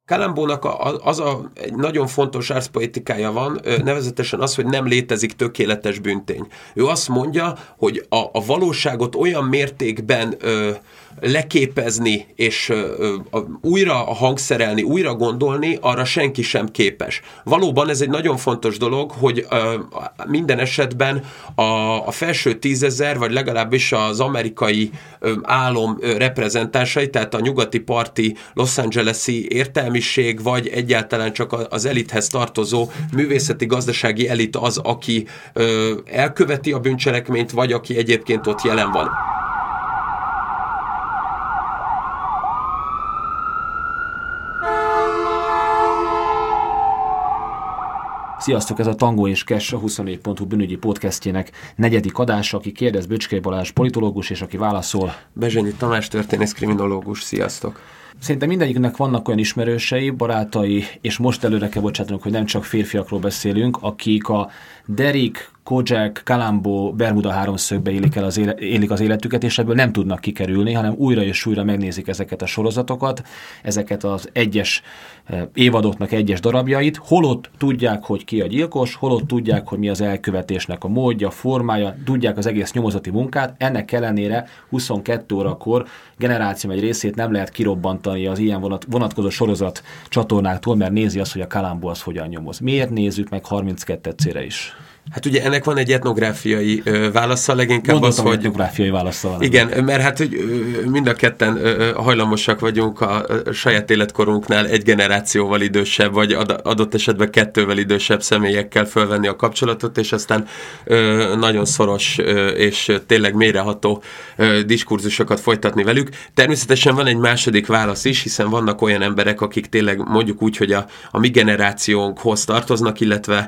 Kalambónak egy nagyon fontos arszpoetikája van, nevezetesen az, hogy nem létezik tökéletes bűntény. Ő azt mondja, hogy a valóságot olyan mértékben leképezni, és újra hangszerelni, újra gondolni, arra senki sem képes. Valóban ez egy nagyon fontos dolog, hogy minden esetben a felső 10 000, vagy legalábbis az amerikai álom reprezentánsai, tehát a nyugati parti Los Angeles-i értelmiség, vagy egyáltalán csak az elithez tartozó művészeti-gazdasági elit az, aki elköveti a bűncselekményt, vagy aki egyébként ott jelen van. Sziasztok, ez a Tango és Cash, a 24.hu bűnügyi podcastjének 4. adása, aki kérdez Böcskei Balázs politológus, és aki válaszol Bezsenyi Tamás történész kriminologus. Sziasztok! Szerintem mindegyiknek vannak olyan ismerősei, barátai, és most előre kell bocsátanunk, hogy nem csak férfiakról beszélünk, akik a Derrick, Kojak, Columbo, Bermuda háromszögbe élik az életüket, és ebből nem tudnak kikerülni, hanem újra és újra megnézik ezeket a sorozatokat, ezeket az egyes évadoknak egyes darabjait, holott tudják, hogy ki a gyilkos, holott tudják, hogy mi az elkövetésnek a módja, formája, tudják az egész nyomozati munkát, ennek ellenére 22 órakor generáció egy részét nem lehet kirobbantani az ilyen vonatkozó sorozat csatornáktól, mert nézi azt, hogy a Columbo az hogyan nyomoz. Miért nézzük meg 32-szere is? Hát ugye ennek van egy etnográfiai válasza, leginkább Gondoltam, az, hogy... etnográfiai válasza van. Igen, mert hát hogy mind a ketten hajlamosak vagyunk a saját életkorunknál egy generációval idősebb, vagy adott esetben 2-vel idősebb személyekkel fölvenni a kapcsolatot, és aztán nagyon szoros és tényleg mélyreható diskurzusokat folytatni velük. Természetesen van egy második válasz is, hiszen vannak olyan emberek, akik tényleg mondjuk úgy, hogy a mi generációnkhoz tartoznak, illetve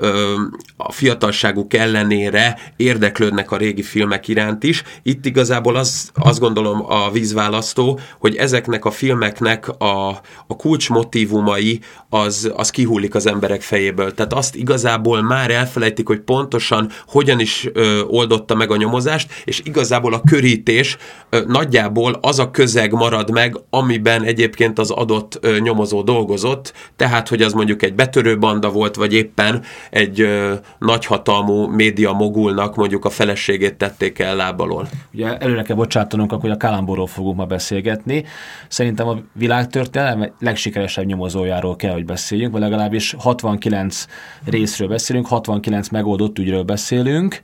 a fiatalságuk ellenére érdeklődnek a régi filmek iránt is. Itt igazából azt gondolom a vízválasztó, hogy ezeknek a filmeknek a kulcsmotívumai az kihullik az emberek fejéből. Tehát azt igazából már elfelejtik, hogy pontosan hogyan is oldotta meg a nyomozást, és igazából a körítés nagyjából az a közeg marad meg, amiben egyébként az adott nyomozó dolgozott, tehát hogy az mondjuk egy betörő banda volt, vagy éppen egy nagyhatalmú média mogulnak mondjuk a feleségét tették el láb alól. Ugye előre kell bocsátanunk, akkor a Columboról fogunk ma beszélgetni. Szerintem a világtörténelem legsikeresebb nyomozójáról kell, hogy beszéljünk, vagy legalábbis 69 részről beszélünk, 69 megoldott ügyről beszélünk.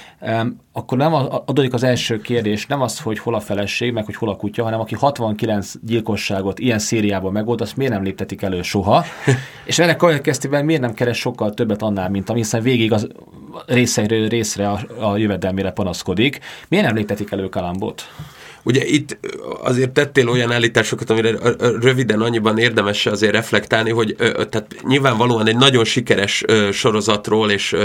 Akkor nem adódik az első kérdés, nem az, hogy hol a feleség, meg hogy hol a kutya, hanem aki 69 gyilkosságot ilyen szériában megold, azt miért nem léptetik elő soha, és ennek következtében miért nem keres sokkal többet annál, mint ami, hiszen végig az részre a jövedelmére panaszkodik. Miért nem léptetik elő Columbót? Ugye itt azért tettél olyan állításokat, amire röviden annyiban érdemes azért reflektálni, hogy tehát nyilvánvalóan egy nagyon sikeres sorozatról és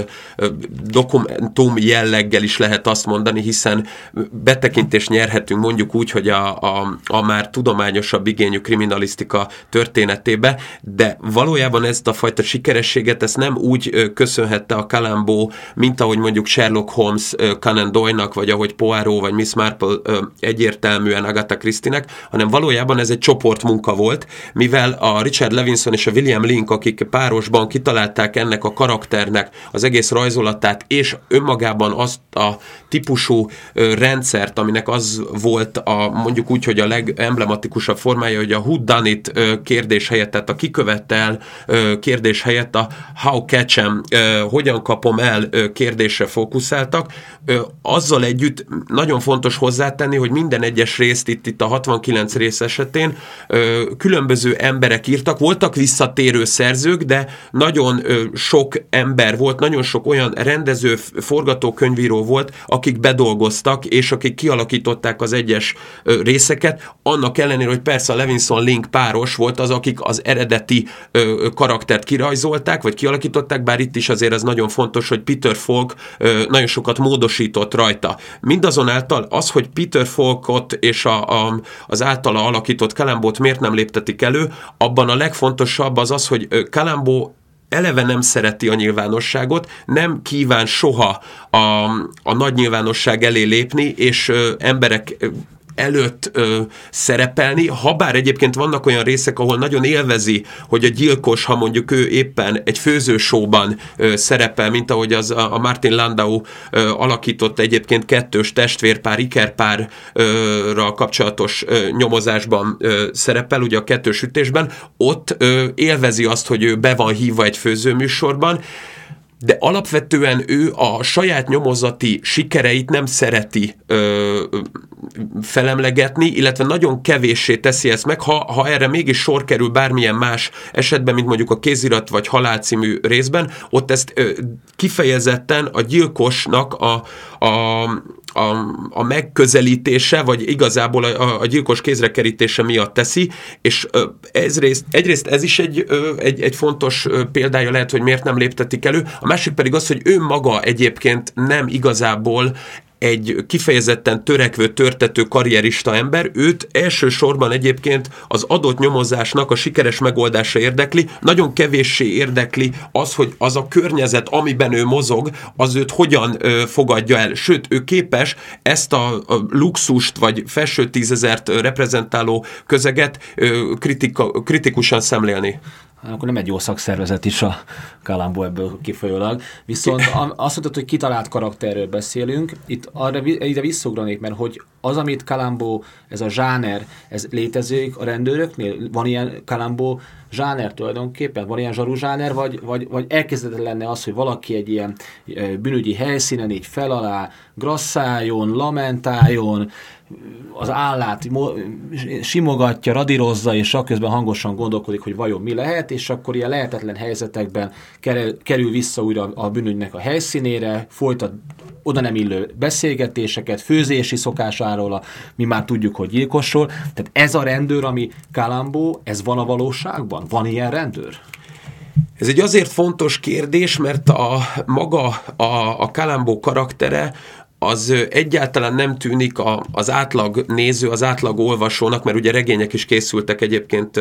dokumentum jelleggel is lehet azt mondani, hiszen betekintést nyerhetünk mondjuk úgy, hogy a már tudományosabb igényű kriminalisztika történetébe, de valójában ezt a fajta sikerességet ezt nem úgy köszönhette a Columbo, mint ahogy mondjuk Sherlock Holmes Conan Doyle-nak, vagy ahogy Poirot vagy Miss Marple egyértelműen Agatha Christie-nek, hanem valójában ez egy csoportmunka volt, mivel a Richard Levinson és a William Link, akik párosban kitalálták ennek a karakternek az egész rajzolatát, és önmagában azt a típusú rendszert, aminek az volt mondjuk úgy, hogy a legemblematikusabb formája, hogy a who done it kérdés helyett, tehát a kikövette el kérdés helyett a how catch em, hogyan kapom el kérdésre fókuszáltak. Azzal együtt nagyon fontos hozzátenni, hogy minden egyes részt itt a 69 rész esetén különböző emberek írtak, voltak visszatérő szerzők, de nagyon sok ember volt, nagyon sok olyan rendező, forgatókönyvíró volt, akik bedolgoztak, és akik kialakították az egyes részeket, annak ellenére, hogy persze a Levinson-Link páros volt az, akik az eredeti karaktert kirajzolták, vagy kialakították, bár itt is azért az nagyon fontos, hogy Peter Falk nagyon sokat módosított rajta. Mindazonáltal az, hogy Peter Falkot és az általa alakított Columbót miért nem léptetik elő, abban a legfontosabb az, hogy Columbo eleve nem szereti a nyilvánosságot, nem kíván soha a nagy nyilvánosság elé lépni, és emberek előtt szerepelni, habár egyébként vannak olyan részek, ahol nagyon élvezi, hogy a gyilkos, ha mondjuk ő éppen egy főzősóban szerepel, mint ahogy az a Martin Landau alakított egyébként kettős testvérpár, ikerpárral kapcsolatos nyomozásban szerepel, ugye a kettős ütésben, ott élvezi azt, hogy ő be van hívva egy főzőműsorban, de alapvetően ő a saját nyomozati sikereit nem szereti felemlegetni, illetve nagyon kevéssé teszi ezt meg, ha erre mégis sor kerül bármilyen más esetben, mint mondjuk a Kézirat vagy Halál című részben, ott ezt kifejezetten a gyilkosnak a megközelítése, vagy igazából a gyilkos kézrekerítése miatt teszi, és egyrészt ez is egy fontos példája lehet, hogy miért nem léptetik elő, a másik pedig az, hogy ő maga egyébként nem igazából egy kifejezetten törekvő, törtető karrierista ember, őt elsősorban egyébként az adott nyomozásnak a sikeres megoldása érdekli, nagyon kevéssé érdekli az, hogy az a környezet, amiben ő mozog, az őt hogyan fogadja el. Sőt, ő képes ezt a luxust, vagy felső 10 000 reprezentáló közeget kritikusan szemlélni. Akkor nem egy jó szakszervezet is a Columbo ebből kifolyólag. Viszont azt mondtad, hogy kitalált karakterről beszélünk. Itt ide visszaugranék, mert hogy az, amit Columbo, ez a zsáner, ez létezik a rendőröknél? Van ilyen Columbo zsáner tulajdonképpen? Van ilyen zsaru zsáner, vagy elkezdetlen lenne az, hogy valaki egy ilyen bűnügyi helyszínen így fel alá grasszáljon, lamentáljon, az állát simogatja, radírozza, és akközben hangosan gondolkodik, hogy vajon mi lehet, és akkor ilyen lehetetlen helyzetekben kerül vissza újra a bűnügynek a helyszínére, folytat oda nem illő beszélgetéseket, főzési szokásáról, mi már tudjuk, hogy gyilkosról. Tehát ez a rendőr, ami Columbo, ez van a valóságban? Van ilyen rendőr? Ez egy azért fontos kérdés, mert a Columbo karaktere az egyáltalán nem tűnik az átlag néző, az átlag olvasónak, mert ugye regények is készültek egyébként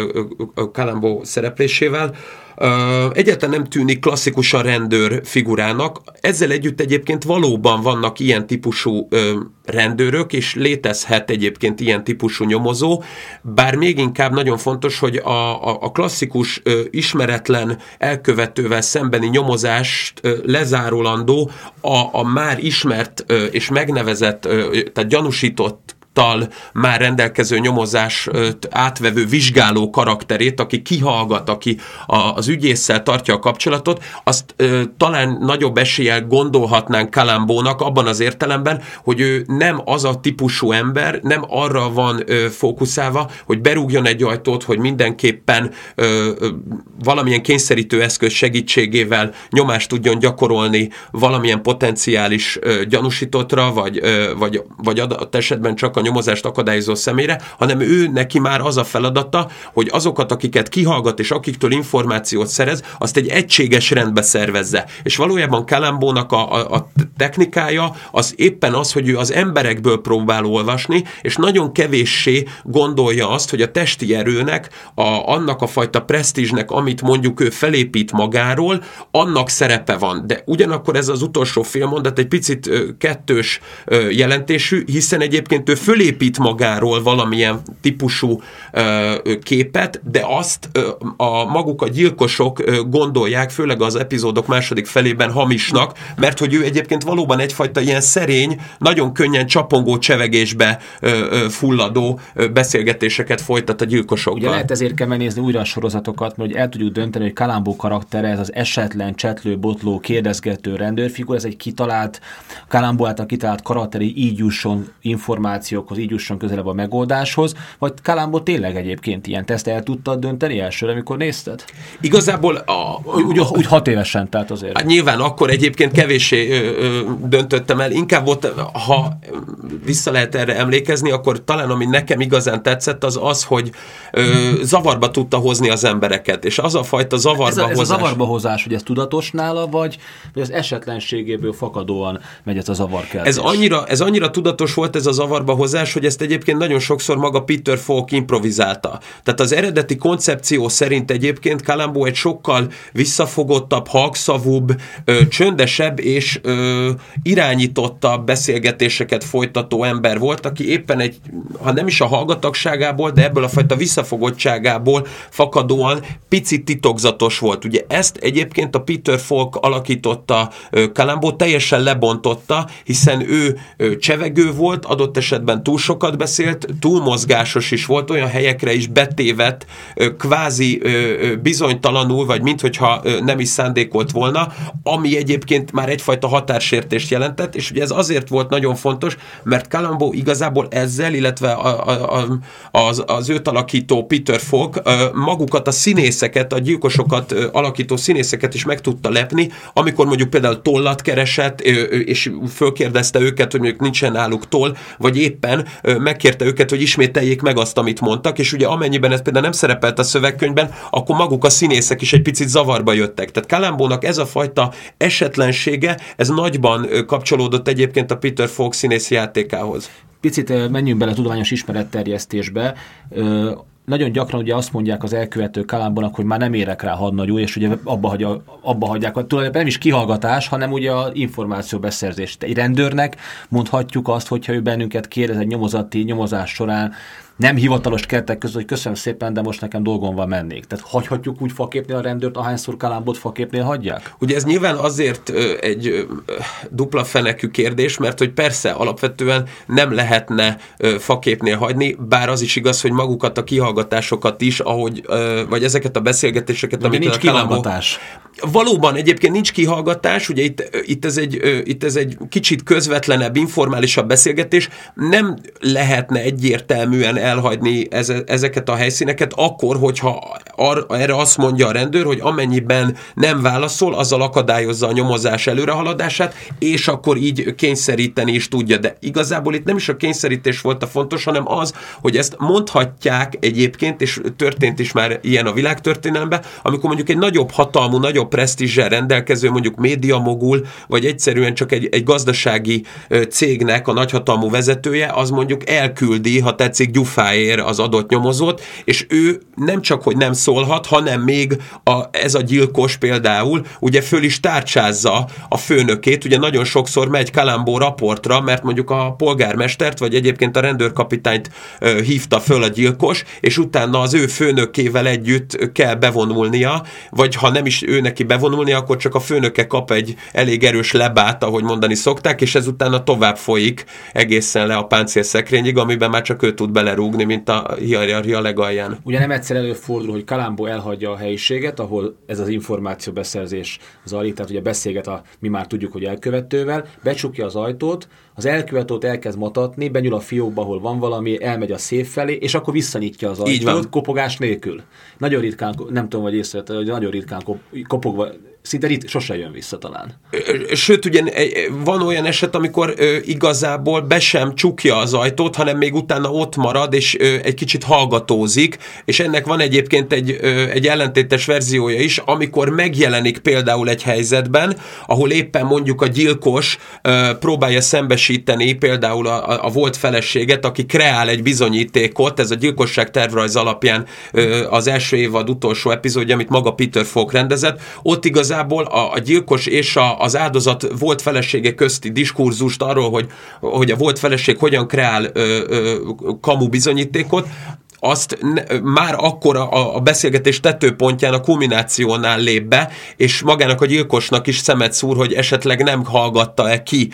Columbo szereplésével, egyáltalán nem tűnik klasszikusan rendőr figurának. Ezzel együtt egyébként valóban vannak ilyen típusú rendőrök, és létezhet egyébként ilyen típusú nyomozó, bár még inkább nagyon fontos, hogy a klasszikus ismeretlen elkövetővel szembeni nyomozást lezárolandó a már ismert és megnevezett, tehát gyanúsított már rendelkező nyomozást átvevő vizsgáló karakterét, aki kihallgat, aki az ügyésszel tartja a kapcsolatot, azt talán nagyobb eséllyel gondolhatnánk Columbónak abban az értelemben, hogy ő nem az a típusú ember, nem arra van fókuszálva, hogy berúgjon egy ajtót, hogy mindenképpen valamilyen kényszerítő eszköz segítségével nyomást tudjon gyakorolni valamilyen potenciális gyanúsítottra, vagy adott esetben csak a nyomozást akadályozó személyre, hanem ő neki már az a feladata, hogy azokat, akiket kihallgat és akiktől információt szerez, azt egy egységes rendbe szervezze. És valójában Columbónak a technikája az éppen az, hogy ő az emberekből próbál olvasni, és nagyon kevéssé gondolja azt, hogy a testi erőnek, annak a fajta presztízsnek, amit mondjuk ő felépít magáról, annak szerepe van. De ugyanakkor ez az utolsó félmondat egy picit kettős jelentésű, hiszen egyébként ő fölépít magáról valamilyen típusú képet, de azt maguk a gyilkosok gondolják, főleg az epizódok második felében hamisnak, mert hogy ő egyébként valóban egyfajta ilyen szerény, nagyon könnyen csapongó csevegésbe fulladó beszélgetéseket folytat a gyilkosokkal. Ugye lehet ezért kell megnézni újra a sorozatokat, mert el tudjuk dönteni, hogy Columbo karaktere, ez az esetlen, csetlő, botló, kérdezgető rendőrfigura, ez egy kitalált, Columbo által kitalált karakteri, így jusson információkhoz, így jusson közelebb a megoldáshoz, vagy Columbo tényleg egyébként ilyen? Te ezt el tudtad dönteni elsőre, amikor nézted? Igazából úgy 6 évesen, tehát azért. Hát nyilván akkor egyébként kevéssé döntöttem el, inkább volt, ha vissza lehet erre emlékezni, akkor talán ami nekem igazán tetszett, az, hogy zavarba tudta hozni az embereket, és az a fajta zavarbahozás. Ez a zavarbahozás, hogy ez tudatos nála, vagy az esetlenségéből fakadóan megy ez a zavarkeltés? Ez annyira tudatos volt ez a zavarbahozás, nyomozás, hogy ezt egyébként nagyon sokszor maga Peter Falk improvizálta. Tehát az eredeti koncepció szerint egyébként Columbo egy sokkal visszafogottabb, halkszavúbb, csöndesebb és irányítottabb beszélgetéseket folytató ember volt, aki éppen ha nem is a hallgatagságából, de ebből a fajta visszafogottságából fakadóan picit titokzatos volt. Ugye ezt egyébként a Peter Falk alakította Columbo, teljesen lebontotta, hiszen ő csevegő volt, adott esetben túl sokat beszélt, túl mozgásos is volt, olyan helyekre is betévedt, kvázi bizonytalanul, vagy minthogyha nem is szándékolt volna, ami egyébként már egyfajta határsértést jelentett, és ugye ez azért volt nagyon fontos, mert Columbo igazából ezzel, illetve az őt alakító Peter Falk magukat a színészeket, a gyilkosokat alakító színészeket is meg tudta lepni, amikor mondjuk például tollat keresett, és fölkérdezte őket, hogy mondjuk nincsen náluk toll, vagy éppen megkérte őket, hogy ismételjék meg azt, amit mondtak, és ugye amennyiben ez például nem szerepelt a szövegkönyvben, akkor maguk a színészek is egy picit zavarba jöttek. Tehát Columbónak ez a fajta esetlensége, ez nagyban kapcsolódott egyébként a Peter Falk színészi játékához. Picit menjünk bele tudományos ismeretterjesztésbe. Nagyon gyakran ugye azt mondják az elkövetők Columbonak, hogy már nem érek rá hadnagyú, és ugye abba hagyják, tulajdonképpen nem is kihallgatás, hanem ugye az információbeszerzés. Egy rendőrnek mondhatjuk azt, hogyha ő bennünket kérdez egy nyomozás során, nem hivatalos keretek között, hogy köszönöm szépen, de most nekem dolgom van, mennék. Tehát hagyhatjuk úgy faképnél a rendőrt, ahányszor Columbot faképnél hagyják? Ugye ez nyilván azért egy dupla fenekű kérdés, mert hogy persze alapvetően nem lehetne faképnél hagyni, bár az is igaz, hogy magukat a kihallgatásokat is, vagy ezeket a beszélgetéseket, de amit nincs kihallgatás. Valóban egyébként nincs kihallgatás, ugye itt ez egy kicsit közvetlenebb, informálisabb beszélgetés, nem lehetne egyértelműen elhagyni ezeket a helyszíneket, akkor, hogyha erre azt mondja a rendőr, hogy amennyiben nem válaszol, azzal akadályozza a nyomozás előrehaladását, és akkor így kényszeríteni is tudja. De igazából itt nem is a kényszerítés volt a fontos, hanem az, hogy ezt mondhatják egyébként, és történt is már ilyen a világtörténelemben, amikor mondjuk egy nagyobb hatalmú, nagyobb presztízsel rendelkező, mondjuk médiamogul, vagy egyszerűen csak egy gazdasági cégnek a nagyhatalmú vezetője, az mondjuk elküldi, ha tetszik, gyufáért az adott nyomozót, és ő nem csak, hogy nem szólhat, hanem még ez a gyilkos például, ugye föl is tárcsázza a főnökét, ugye nagyon sokszor megy Columbo raportra, mert mondjuk a polgármestert, vagy egyébként a rendőrkapitányt hívta föl a gyilkos, és utána az ő főnökével együtt kell bevonulnia, vagy ha nem is ő neki bevonulnia, akkor csak a főnöke kap egy elég erős lebát, ahogy mondani szokták, és ez utána tovább folyik egészen le a páncélszekrényig, amiben már csak ő tud belerúgni, mint a hierarchia legalján. Ugye nem egyszer előfordul, hogy Columbo elhagyja a helyiséget, ahol ez az információbeszerzés zajlik, tehát ugye beszélget mi már tudjuk, hogy elkövetővel, becsukja az ajtót, az elkövetőt elkezd matatni, benyúl a fiókba, ahol van valami, elmegy a széf felé, és akkor visszanyitja az ajtót, kopogás nélkül. Nagyon ritkán, nem tudom, hogy észrevettem, hogy nagyon ritkán kopogva, szinte sose jön vissza talán. Sőt, ugye van olyan eset, amikor igazából be sem csukja az ajtót, hanem még utána ott marad, és egy kicsit hallgatózik, és ennek van egyébként egy ellentétes verziója is, amikor megjelenik például egy helyzetben, ahol éppen mondjuk a gyilkos próbálja szembesíteni például a volt feleséget, aki kreál egy bizonyítékot, ez a gyilkosság tervrajz alapján az első évad utolsó epizódja, amit maga Peter Falk rendezett, ott igazából a gyilkos és az áldozat volt felesége közti diskurzust arról, hogy a volt feleség hogyan kreál kamu bizonyítékot, azt már akkor a beszélgetés tetőpontján, a kulminációnál lép be, és magának a gyilkosnak is szemet szúr, hogy esetleg nem hallgatta-e ki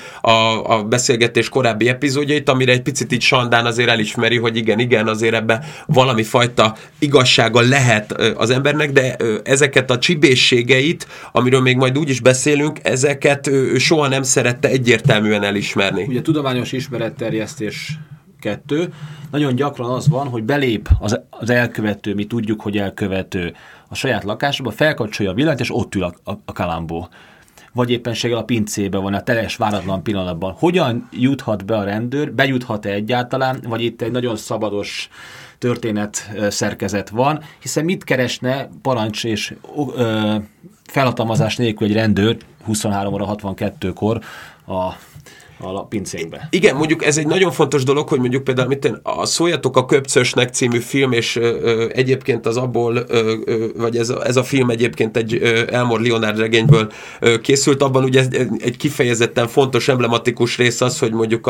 a beszélgetés korábbi epizódjait, amire egy picit így Sandán azért elismeri, hogy igen, azért ebben valami fajta igazsága lehet az embernek, de ezeket a csibészségeit, amiről még majd úgy is beszélünk, ezeket ő soha nem szerette egyértelműen elismerni. Ugye tudományos ismeretterjesztés 2. Nagyon gyakran az van, hogy belép az elkövető, mi tudjuk, hogy elkövető a saját lakásába, felkapcsolja a villanyt, és ott ül a Columbo. Vagy éppenséggel a pincébe van, a teljes váratlan pillanatban. Hogyan juthat be a rendőr, bejuthat-e egyáltalán, vagy itt egy nagyon szabados történet szerkezet van, hiszen mit keresne parancs és felhatalmazás nélkül egy rendőr 23 óra 62-kor a pincénkbe. Igen, mondjuk ez egy nagyon fontos dolog, hogy mondjuk például a Szóljatok a Köpcösnek című film, és egyébként az abból, vagy ez a film egyébként egy Elmore Leonard regényből készült, abban ugye egy kifejezetten fontos, emblematikus rész az, hogy mondjuk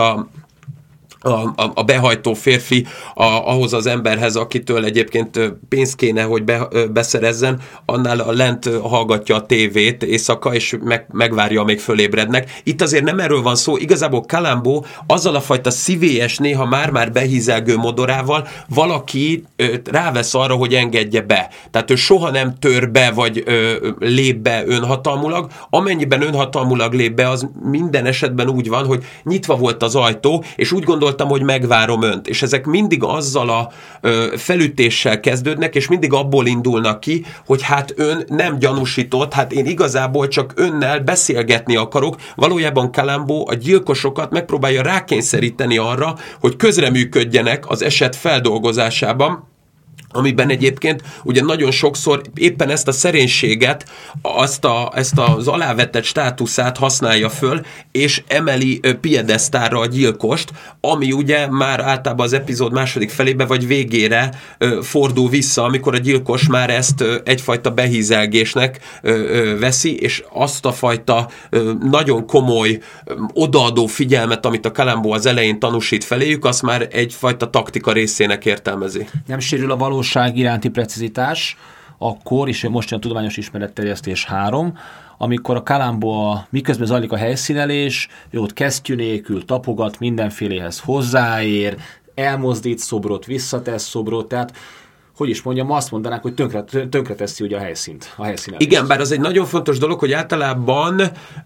a behajtó férfi ahhoz az emberhez, akitől egyébként pénzt kéne, hogy beszerezzen, annál lent hallgatja a tévét éjszaka, és megvárja, amíg fölébrednek. Itt azért nem erről van szó, igazából Columbo azzal a fajta szívélyes, néha már behízelgő modorával valaki rávesz arra, hogy engedje be. Tehát ő soha nem tör be, vagy lép be önhatalmulag. Amennyiben önhatalmulag lép be, az minden esetben úgy van, hogy nyitva volt az ajtó, és úgy gondoltam, hogy megvárom önt. És ezek mindig azzal a felütéssel kezdődnek, és mindig abból indulnak ki, hogy hát ön nem gyanúsított, hát én igazából csak önnel beszélgetni akarok. Valójában Columbo a gyilkosokat megpróbálja rákényszeríteni arra, hogy közreműködjenek az eset feldolgozásában, amiben egyébként ugye nagyon sokszor éppen ezt a szerénységet, ezt az alávetett státuszát használja föl, és emeli piedesztárra a gyilkost, ami ugye már általában az epizód második felébe vagy végére fordul vissza, amikor a gyilkos már ezt egyfajta behízelgésnek veszi, és azt a fajta nagyon komoly, odaadó figyelmet, amit a Columbo az elején tanúsít feléjük, azt már egyfajta taktika részének értelmezi. Nem sérül a valóság iránti precizitás, akkor, és most jön a tudományos ismeretterjesztés 3, amikor a Columbo miközben zajlik a helyszínelés, ő ott kesztyű nélkül tapogat, mindenféléhez hozzáér, elmozdít szobrot, visszatesz szobrot, tehát hogy is mondjam, azt mondanák, hogy tönkreteszi ugye a helyszínt, a helyszínelést. Igen, bár az egy nagyon fontos dolog, hogy általában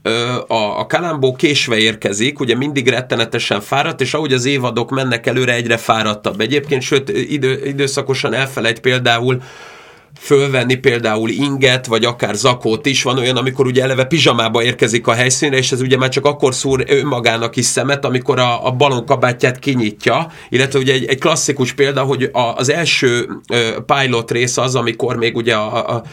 a Columbo késve érkezik, ugye mindig rettenetesen fáradt, és ahogy az évadok mennek előre, egyre fáradtabb. Egyébként, sőt, időszakosan elfelejt például fölvenni például inget, vagy akár zakót is. Van olyan, amikor ugye eleve pizsamába érkezik a helyszínre, és ez ugye már csak akkor szúr önmagának is szemet, amikor a balonkabátját kinyitja, illetve ugye egy klasszikus példa, hogy az első pilot rész az, amikor még ugye a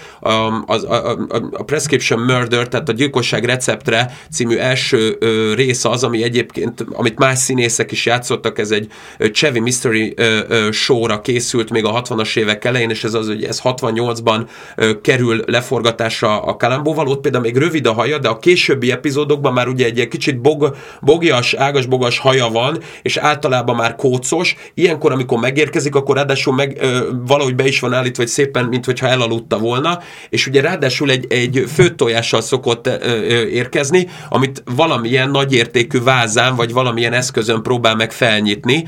Prescription Murder, tehát a Gyilkosság receptre című első rész az, ami egyébként, amit más színészek is játszottak, ez egy Chevy Mystery show-ra készült még a 60-as évek elején, és ez az, hogy ez 68-ban kerül leforgatásra a Columboval, ott például még rövid a haja, de a későbbi epizódokban már ugye egy kicsit bogjas, ágas-bogas haja van, és általában már kócos. Ilyenkor, amikor megérkezik, akkor ráadásul valahogy be is van állítva, hogy szépen, minthogyha elaludta volna, és ugye ráadásul egy főtojással szokott érkezni, amit valamilyen nagyértékű vázán, vagy valamilyen eszközön próbál meg felnyitni.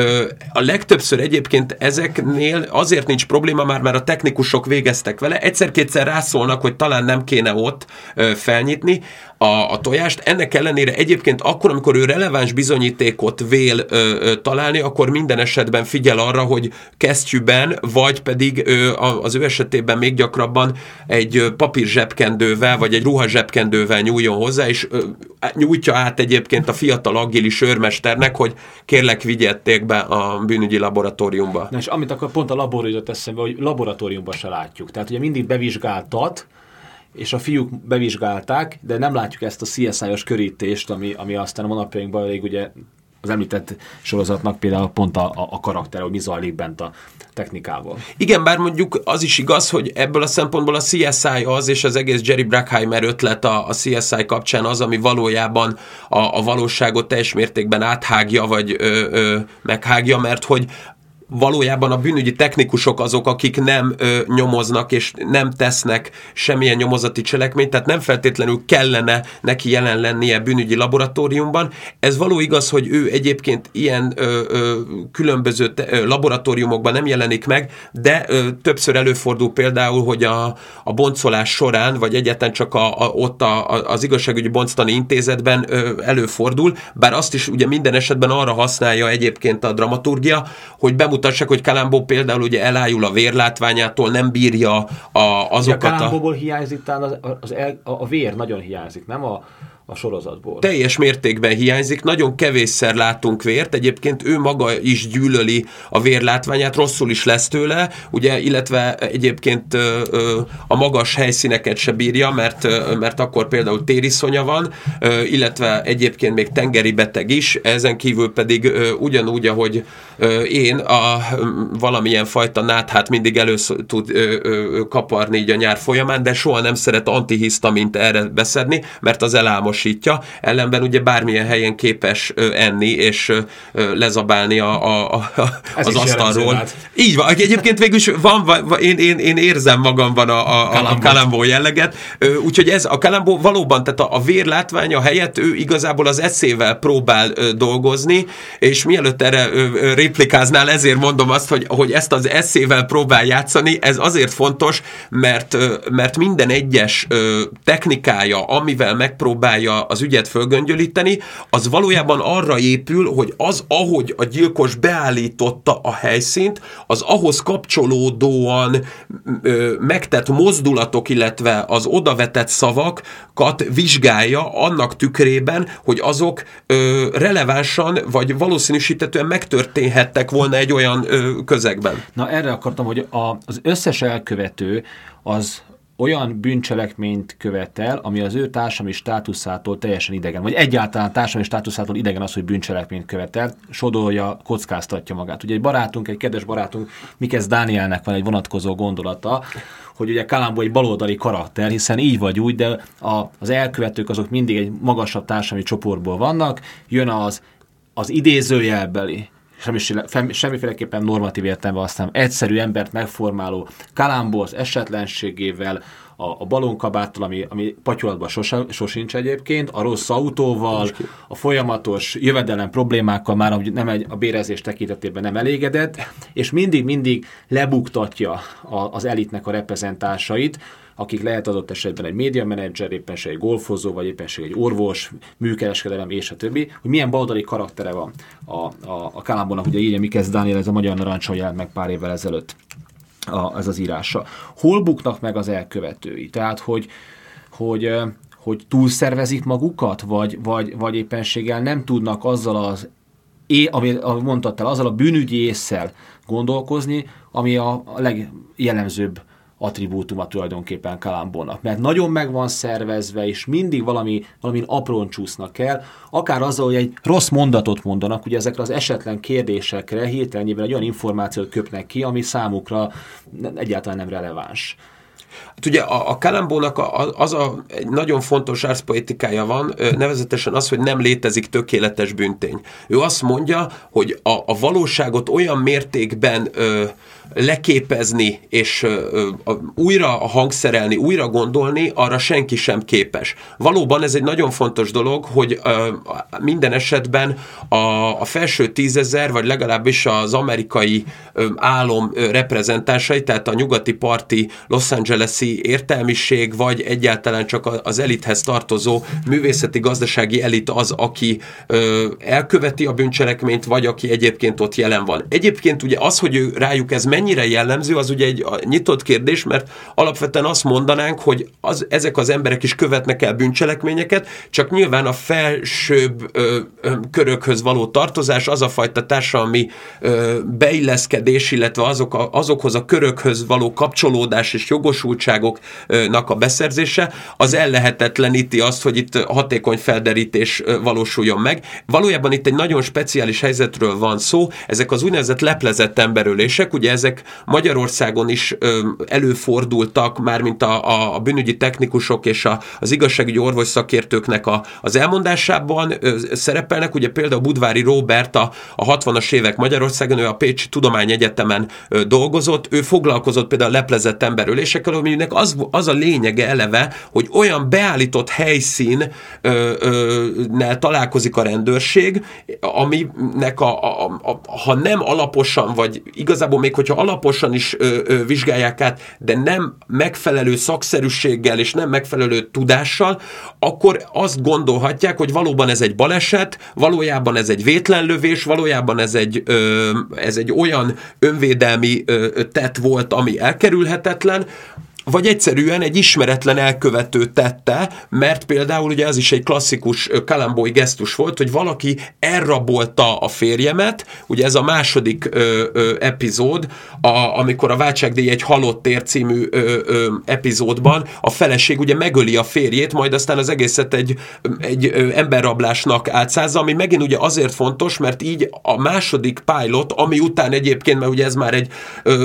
A legtöbbször egyébként ezeknél azért nincs probléma, már a technikusok végeztek vele, egyszer-kétszer rászólnak, hogy talán nem kéne ott felnyitni a tojást. Ennek ellenére egyébként akkor, amikor ő releváns bizonyítékot vél találni, akkor minden esetben figyel arra, hogy kesztyűben, vagy pedig az ő esetében még gyakrabban egy papír zsebkendővel, vagy egy ruha zsebkendővel nyúljon hozzá, és nyújtja át egyébként a fiatal agilis őrmesternek, hogy kérlek vigyették be a bűnügyi laboratóriumba. Na és amit akkor pont a laboratóriumban eszembe, hogy laboratóriumban se látjuk. Tehát ugye mindig bevizsgáltat, és a fiúk bevizsgálták, de nem látjuk ezt a CSI-os körítést, ami aztán a manapjainkban elég ugye az említett sorozatnak például pont a karakter, hogy mi zajlik bent a technikával. Igen, bár mondjuk az is igaz, hogy ebből a szempontból a CSI az, és az egész Jerry Bruckheimer ötlet a CSI kapcsán az, ami valójában a valóságot teljes mértékben áthágja, vagy meghágja, mert hogy valójában a bűnügyi technikusok azok, akik nem nyomoznak, és nem tesznek semmilyen nyomozati cselekményt, tehát nem feltétlenül kellene neki jelen lennie bűnügyi laboratóriumban. Ez való igaz, hogy ő egyébként ilyen különböző laboratóriumokban nem jelenik meg, de többször előfordul például, hogy a boncolás során, vagy egyáltalán csak ott az igazságügyi bonctani intézetben előfordul, bár azt is ugye minden esetben arra használja egyébként a dramaturgia, hogy bemutassák, hogy Columbo például ugye elájul a vérlátványától, nem bírja azokat a Columboból hiányzik, talán a vér nagyon hiányzik, nem? a sorozatból. Teljes mértékben hiányzik, nagyon kevésszer látunk vért, egyébként ő maga is gyűlöli a vérlátványát, rosszul is lesz tőle, ugye, illetve egyébként a magas helyszíneket se bírja, mert akkor például tériszonya van, illetve egyébként még tengeri beteg is, ezen kívül pedig ugyanúgy, ahogy én valamilyen fajta náthát mindig tud kaparni így a nyár folyamán, de soha nem szeret antihisztamint erre beszedni, mert az elámosítja. Ellenben ugye bármilyen helyen képes enni és lezabálni az asztalról. Így van. Egyébként végülis én érzem magamban a Columbo jelleget. Úgyhogy ez a Columbo valóban, tehát a vérlátványa helyett ő igazából az eszével próbál dolgozni, és mielőtt erre réplikáznál, ezért mondom azt, hogy ezt az eszével próbál játszani, ez azért fontos, mert minden egyes technikája, amivel megpróbálja az ügyet fölgöngyölíteni, az valójában arra épül, hogy az, ahogy a gyilkos beállította a helyszínt, az ahhoz kapcsolódóan megtett mozdulatok, illetve az odavetett szavakat vizsgálja annak tükrében, hogy azok relevánsan, vagy valószínűsítetően megtörténhettek volna egy olyan közegben. Na erre akartam, hogy az összes elkövető az olyan bűncselekményt követel, ami az ő társadalmi státuszától teljesen idegen, vagy egyáltalán társadalmi státuszától idegen az, hogy bűncselekményt követel, sodolja, kockáztatja magát. Ugye egy kedves barátunk, Mikesz Dánielnek van egy vonatkozó gondolata, hogy ugye Columbo egy baloldali karakter, hiszen így vagy úgy, de az elkövetők azok mindig egy magasabb társadalmi csoportból vannak, jön az idézőjelbeli, semmiféleképpen normatív értelemben, aztán egyszerű embert megformáló Columbo az esetlenségével, a balonkabáttal, ami patyolatban sosincs egyébként, a rossz autóval, a folyamatos jövedelem problémákkal már a bérezés tekintetében nem elégedett, és mindig lebuktatja az elitnek a reprezentánsait, akik lehet adott esetben egy médiamenedzser, éppenség egy golfozó, vagy éppenség egy orvos, műkereskedelem, és a többi, hogy milyen baloldali karaktere van a Columbonak, ugye írja Mikesz Dániel, ez a Magyar Narancson jelent meg pár évvel ezelőtt ez az írása. Hol buknak meg az elkövetői? Tehát, hogy túlszervezik magukat, vagy éppenséggel nem tudnak azzal ahogy mondtad, azzal a bűnügyi ésszel gondolkozni, ami a legjellemzőbb attribútuma tulajdonképpen Columbónak. Mert nagyon meg van szervezve, és mindig valamin aprón csúsznak el, akár azzal, hogy egy rossz mondatot mondanak, ugye ezekre az esetlen kérdésekre hirtelenjében egy olyan információt köpnek ki, ami számukra egyáltalán nem releváns. Hát ugye a Columbónak egy nagyon fontos arszpoetikája van, nevezetesen az, hogy nem létezik tökéletes bűntény. Ő azt mondja, hogy a valóságot olyan mértékben leképezni, és újra hangszerelni, újra gondolni, arra senki sem képes. Valóban ez egy nagyon fontos dolog, hogy minden esetben a felső 10 000, vagy legalábbis az amerikai álom reprezentánsai, tehát a nyugati parti Los Angeles-i értelmiség, vagy egyáltalán csak az elithez tartozó művészeti gazdasági elit az, aki elköveti a bűncselekményt, vagy aki egyébként ott jelen van. Egyébként ugye az, hogy rájuk ez mennyire jellemző, az ugye egy nyitott kérdés, mert alapvetően azt mondanánk, hogy ezek az emberek is követnek el bűncselekményeket, csak nyilván a felsőbb körökhöz való tartozás, az a fajta társadalmi beilleszkedés, illetve azokhoz a körökhöz való kapcsolódás és jogosultságoknak a beszerzése, az ellehetetleníti azt, hogy itt hatékony felderítés valósuljon meg. Valójában itt egy nagyon speciális helyzetről van szó, ezek az úgynevezett leplezett emberölések, ugye ezek Magyarországon is előfordultak, mármint a bűnügyi technikusok és az igazságügyi orvos szakértőknek az elmondásában szerepelnek, ugye például Budvári Róbert a 60-as évek Magyarországon, ő a Pécsi Tudományegyetemen dolgozott, ő foglalkozott például a leplezett emberölésekkel, aminek az a lényege eleve, hogy olyan beállított helyszínnel találkozik a rendőrség, aminek ha nem alaposan, vagy igazából még hogyha alaposan is vizsgálják át, de nem megfelelő szakszerűséggel és nem megfelelő tudással, akkor azt gondolhatják, hogy valóban ez egy baleset, valójában ez egy vétlenlövés, valójában ez egy olyan önvédelmi tett volt, ami elkerülhetetlen, vagy egyszerűen egy ismeretlen elkövető tette, mert például ugye az is egy klasszikus kalambói gesztus volt, hogy valaki elrabolta a férjemet, ugye ez a második epizód, amikor a Váltságdíj egy halott tér című epizódban a feleség ugye megöli a férjét, majd aztán az egészet egy emberrablásnak átszázza, ami megint ugye azért fontos, mert így a második pilot, ami után egyébként, mert ugye ez már egy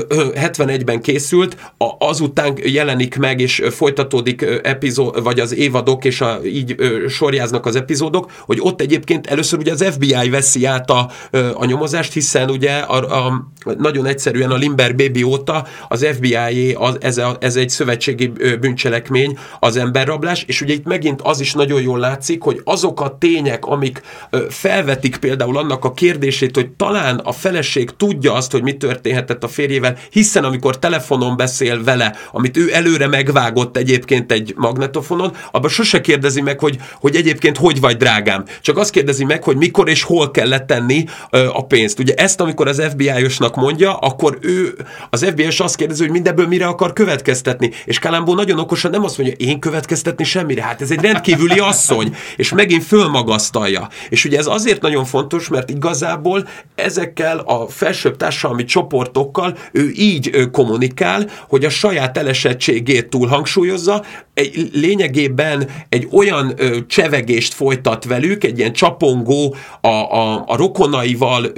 71-ben készült, azután jelenik meg, és folytatódik epizód, vagy az évadok, és így sorjáznak az epizódok, hogy ott egyébként először ugye az FBI veszi át a nyomozást, hiszen ugye nagyon egyszerűen a Limber Baby óta az FBI-é ez egy szövetségi bűncselekmény, az emberrablás, és ugye itt megint az is nagyon jól látszik, hogy azok a tények, amik felvetik például annak a kérdését, hogy talán a feleség tudja azt, hogy mi történhetett a férjével, hiszen amikor telefonon beszél vele, amit ő előre megvágott egyébként egy magnetofonon, abban sose kérdezi meg, hogy egyébként hogy vagy, drágám. Csak azt kérdezi meg, hogy mikor és hol kell letenni a pénzt. Ugye ezt, amikor az FBI-osnak mondja, akkor az FBI-os azt kérdezi, hogy mindebből mire akar következtetni. És Columbo nagyon okosan nem azt mondja, én következtetni semmire. Hát ez egy rendkívüli asszony, és megint fölmagasztalja. És ugye ez azért nagyon fontos, mert igazából ezekkel a felsőbb társadalmi csoportokkal ő így kommunikál, hogy a saját elesettségét túlhangsúlyozza, lényegében egy olyan csevegést folytat velük, egy ilyen csapongó, a rokonaival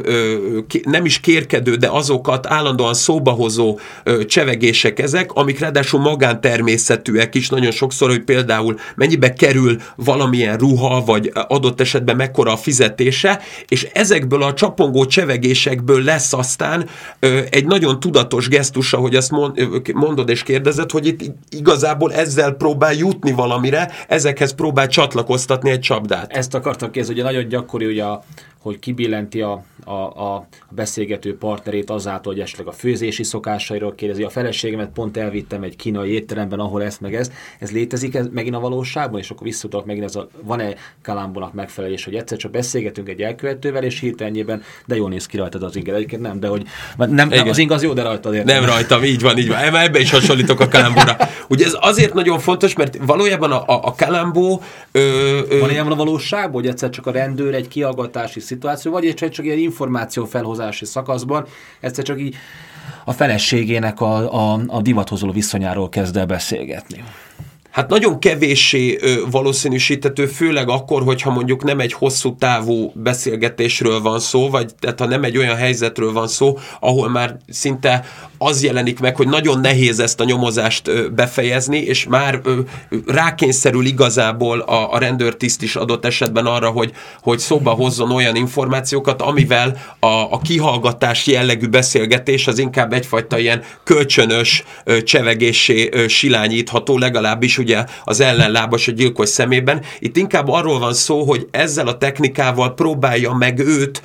nem is kérkedő, de azokat állandóan szóbahozó csevegések ezek, amik ráadásul magántermészetűek is nagyon sokszor, hogy például mennyibe kerül valamilyen ruha, vagy adott esetben mekkora a fizetése, és ezekből a csapongó csevegésekből lesz aztán egy nagyon tudatos gesztus, ahogy azt mondod és kérdezed, hogy itt igazából ezzel próbál jutni valamire, ezekhez próbál csatlakoztatni egy csapdát. Ezt akartam kérdezni, ugye nagyon gyakori, ugye, hogy kibillenti a beszélgető partnerét azáltal, hogy esetleg a főzési szokásairól kérdezi. A feleségemet pont elvittem egy kínai étteremben, ahol ezt meg ez. Ez létezik megint a valóságban? És akkor visszutalak megint, van-e Columbonak megfelelés, hogy egyszer csak beszélgetünk egy elkövetővel, és hirtelenjében, de jól néz ki rajtad az inger. Egyébként nem, de hogy nem az ing az jó, de rajtad értem. Nem rajtam, így van. Ebben is hasonlítok a Columbóra. Ugye ez azért nagyon fontos, mert valójában a Columbo... Van ilyen a valóságban, hogy egyszer csak a rendőr egy kihallgatási szituáció, vagy csak ilyen információ felhozási szakaszban, egyszer csak így a feleségének a divathozó viszonyáról kezd el beszélgetni. Hát nagyon kevéssé valószínűsíthető, főleg akkor, hogyha mondjuk nem egy hosszú távú beszélgetésről van szó, vagy tehát ha nem egy olyan helyzetről van szó, ahol már szinte az jelenik meg, hogy nagyon nehéz ezt a nyomozást befejezni, és már rákényszerül igazából a rendőrtiszt is adott esetben arra, hogy szóba hozzon olyan információkat, amivel a kihallgatás jellegű beszélgetés az inkább egyfajta ilyen kölcsönös csevegéssé silányítható, legalábbis ugye az ellenlábas, a gyilkos szemében. Itt inkább arról van szó, hogy ezzel a technikával próbálja meg őt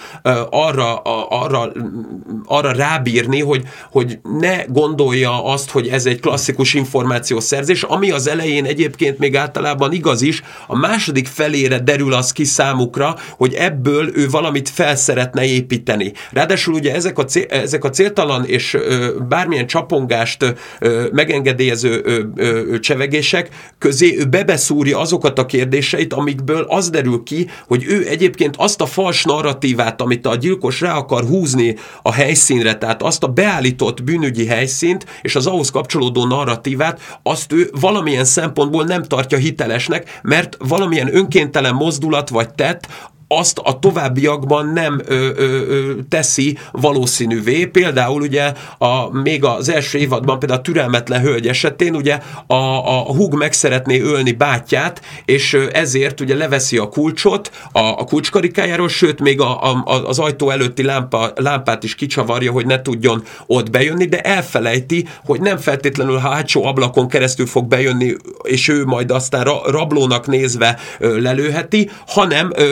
arra rábírni, hogy ne gondolja azt, hogy ez egy klasszikus információszerzés, ami az elején egyébként még általában igaz is, a második felére derül az ki számukra, hogy ebből ő valamit fel szeretne építeni. Ráadásul ugye ezek a céltalan és bármilyen csapongást megengedélyező csevegések közé ő bebeszúrja azokat a kérdéseit, amikből az derül ki, hogy ő egyébként azt a fals narratívát, amit a gyilkos rá akar húzni a helyszínre, tehát azt a beállított bűnügyi helyszínt és az ahhoz kapcsolódó narratívát, azt ő valamilyen szempontból nem tartja hitelesnek, mert valamilyen önkéntelen mozdulat vagy tett, azt a továbbiakban nem teszi valószínűvé. Például ugye még az első évadban például a türelmetlen hölgy esetén ugye a húg meg szeretné ölni bátyját, és ezért ugye leveszi a kulcsot a kulcskarikájáról, sőt még az ajtó előtti lámpát is kicsavarja, hogy ne tudjon ott bejönni, de elfelejti, hogy nem feltétlenül hátsó ablakon keresztül fog bejönni, és ő majd aztán rablónak nézve lelőheti, hanem meg fogja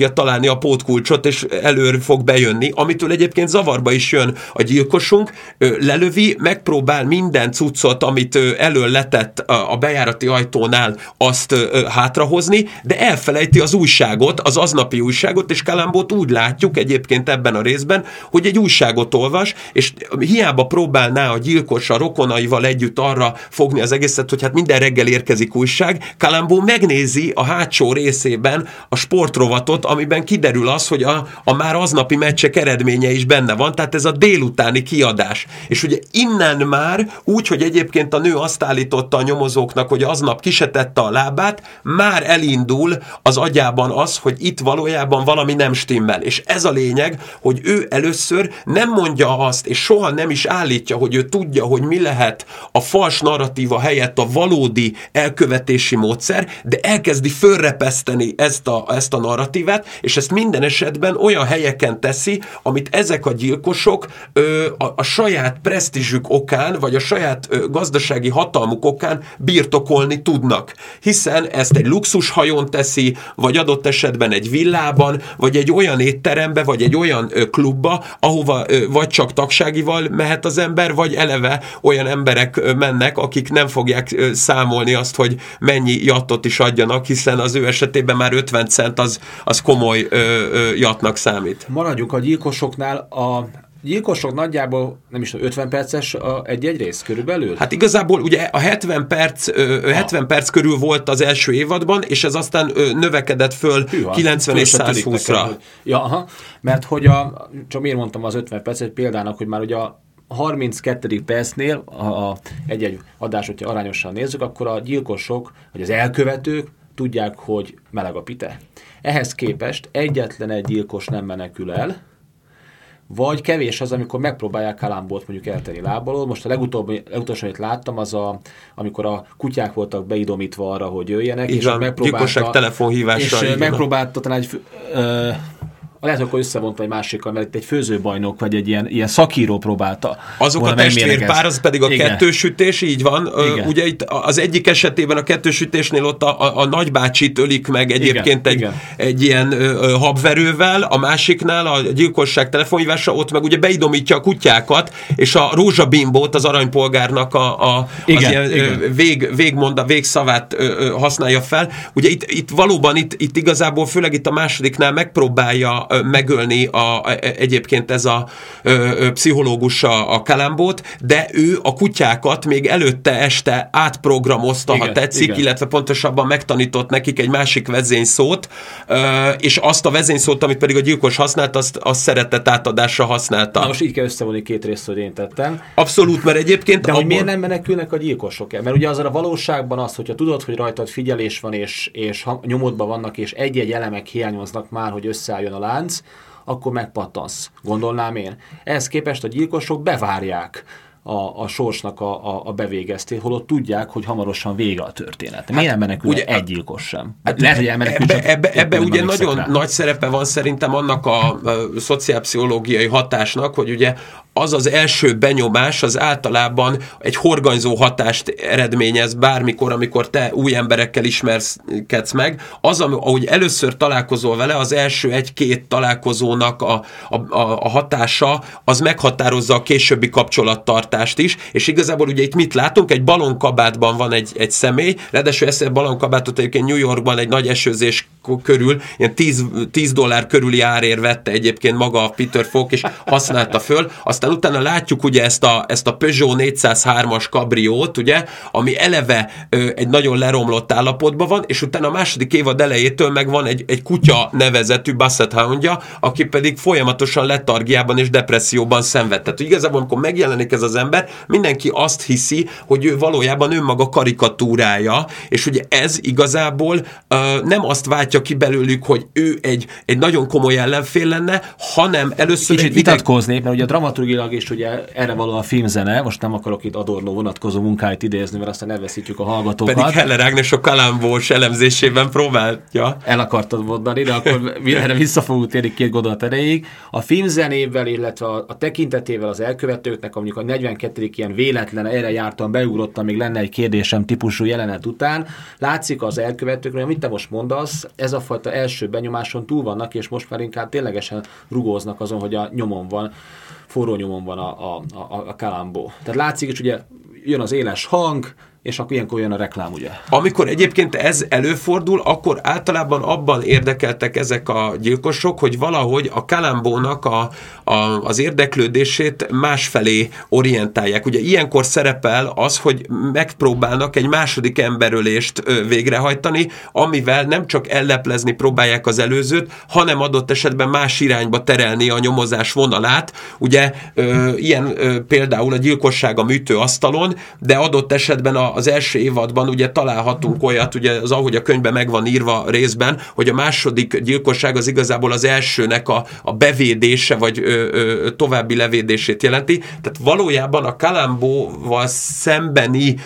fogja találni a pótkulcsot, és elő fog bejönni, amitől egyébként zavarba is jön a gyilkosunk, lelövi, megpróbál minden cuccot, amit elől letett a bejárati ajtónál, azt hátrahozni, de elfelejti az újságot, az aznapi újságot, és Columbo't úgy látjuk egyébként ebben a részben, hogy egy újságot olvas, és hiába próbálná a gyilkos a rokonaival együtt arra fogni az egészet, hogy hát minden reggel érkezik újság, Columbo megnézi a hátsó részében a sportrovatot, amiben kiderül az, hogy a már aznapi meccsek eredménye is benne van, tehát ez a délutáni kiadás. És ugye innen már úgy, hogy egyébként a nő azt állította a nyomozóknak, hogy aznap ki se tette a lábát, már elindul az agyában az, hogy itt valójában valami nem stimmel. És ez a lényeg, hogy ő először nem mondja azt, és soha nem is állítja, hogy ő tudja, hogy mi lehet a fals narratíva helyett a valódi elkövetési módszer, de elkezdi fölrepeszteni ezt a narratívát, és ezt minden esetben olyan helyeken teszi, amit ezek a gyilkosok a saját presztízsük okán, vagy a saját gazdasági hatalmuk okán birtokolni tudnak. Hiszen ezt egy luxushajón teszi, vagy adott esetben egy villában, vagy egy olyan étterembe, vagy egy olyan klubba, ahova vagy csak tagságival mehet az ember, vagy eleve olyan emberek mennek, akik nem fogják számolni azt, hogy mennyi jattot is adjanak, hiszen az ő esetében már 50 cent az komoly jattnak számít. Maradjunk a gyilkosoknál. A gyilkosok nagyjából, nem is 50 perces egy-egy rész körülbelül? Hát igazából ugye a 70 perc körül volt az első évadban, és ez aztán növekedett föl 90 és 120-ra. Ja, aha, mert hogy csak miért mondtam az 50 percet példának, hogy már ugye a 32. percnél egy-egy adás, hogyha arányosan nézzük, akkor a gyilkosok, vagy az elkövetők tudják, hogy meleg a pite. Ehhez képest egyetlen egy gyilkos nem menekül el, vagy kevés az, amikor megpróbálják Columbo't mondjuk eltenni lábalól. Most a legutolsó, amit láttam, az amikor a kutyák voltak beidomítva arra, hogy jöjjenek, és gyilkosság telefonhívásra. És megpróbálta talán lehet, hogy akkor összevonta egy másikkal, mert itt egy főzőbajnok, vagy egy ilyen szakíró próbálta. Azok a testvérpár, az pedig a kettősütés, így van. Ugye itt az egyik esetében a kettősütésnél ott a nagybácsit ölik meg egyébként egy ilyen habverővel, a másiknál a gyilkosság telefonhívása, ott meg ugye beidomítja a kutyákat, és a rózsabimbót az aranypolgárnak végszavát használja fel. Ugye itt valóban itt igazából, főleg itt a másodiknál megpróbálja megölni egyébként ez a pszichológus a Columbo't, de ő a kutyákat még előtte este átprogramozta, ha tetszik, illetve pontosabban megtanított nekik egy másik vezényszót, és azt a vezényszót, amit pedig a gyilkos használt, azt szeretett átadásra használta. Na most így kell összevonni két részt, hogy én tettem. Abszolút, mert egyébként... De hogy miért nem menekülnek a gyilkosok el? Mert ugye az a valóságban az, hogyha tudod, hogy rajtad figyelés van, és nyomodban vannak, és egy-egy elemek hiányoznak már, hogy összeálljon a lánc, akkor megpattansz, gondolnám én. Ehhez képest a gyilkosok bevárják a sorsnak a bevégeztét, holott tudják, hogy hamarosan vége a történet. Miért nem menekül egy gyilkos sem? Lehet, hogy elmenekül, ebbe ugye nagyon nagy szerepe van szerintem annak a szociálpszichológiai hatásnak, hogy ugye az első benyomás az általában egy horganyzó hatást eredményez bármikor, amikor te új emberekkel ismerkedsz meg. Az, ahogy először találkozol vele, az első egy-két találkozónak a hatása, az meghatározza a későbbi kapcsolattartást is, és igazából ugye itt mit látunk? Egy balonkabátban van egy személy, ráadásul ezt a balonkabátot egyébként New Yorkban egy nagy esőzés körül, ilyen $10 körüli árért vette egyébként maga a Peter Falk, és használta föl. Aztán utána látjuk ugye ezt a Peugeot 403-as kabriót, ugye, ami eleve egy nagyon leromlott állapotban van, és utána a második évad elejétől meg van egy kutya nevezetű Basset Houndja, aki pedig folyamatosan letargiában és depresszióban szenved. Tehát igazából, amikor megjelenik ez az ember, mindenki azt hiszi, hogy ő valójában önmaga karikatúrája, és ugye ez igazából nem azt váltja ki belőlük, hogy ő egy nagyon komoly ellenfél lenne, hanem először... Kicsit vitatkoznék, mert ugye dramaturgilag is ugye erre való a filmzene, most nem akarok itt Adorno vonatkozó munkáit idézni, mert aztán elveszítjük a hallgatókat. Pedig Heller Ágnes a Columbo-s elemzésében próbálja. El akartad mondani, de akkor erre vissza fogunk térni két gondolat erejéig. A filmzenével, illetve a tekintetével az elkövetőknek, mondjuk a 42. ilyen véletlen, erre jártam, beugrottam, még lenne egy kérdésem típusú jelenet után, látszik az elkövetőkről, amit te most mondasz, ez a fajta első benyomáson túl vannak, és most már inkább ténylegesen rugóznak azon, hogy a nyomon van, forró nyomon van a Columbo. Tehát látszik is, ugye jön az éles hang, és akkor ilyenkor jön a reklám, ugye? Amikor egyébként ez előfordul, akkor általában abban érdekeltek ezek a gyilkosok, hogy valahogy a Columbónak az érdeklődését másfelé orientálják. Ugye ilyenkor szerepel az, hogy megpróbálnak egy második emberölést végrehajtani, amivel nem csak elleplezni próbálják az előzőt, hanem adott esetben más irányba terelni a nyomozás vonalát. Ugye ilyen például a gyilkosság a műtőasztalon, de adott esetben az első évadban ugye találhatunk olyat, ugye az, ahogy a könyvben meg van írva részben, hogy a második gyilkosság az igazából az elsőnek a bevédése, vagy további levédését jelenti. Tehát valójában a Columbóval szembeni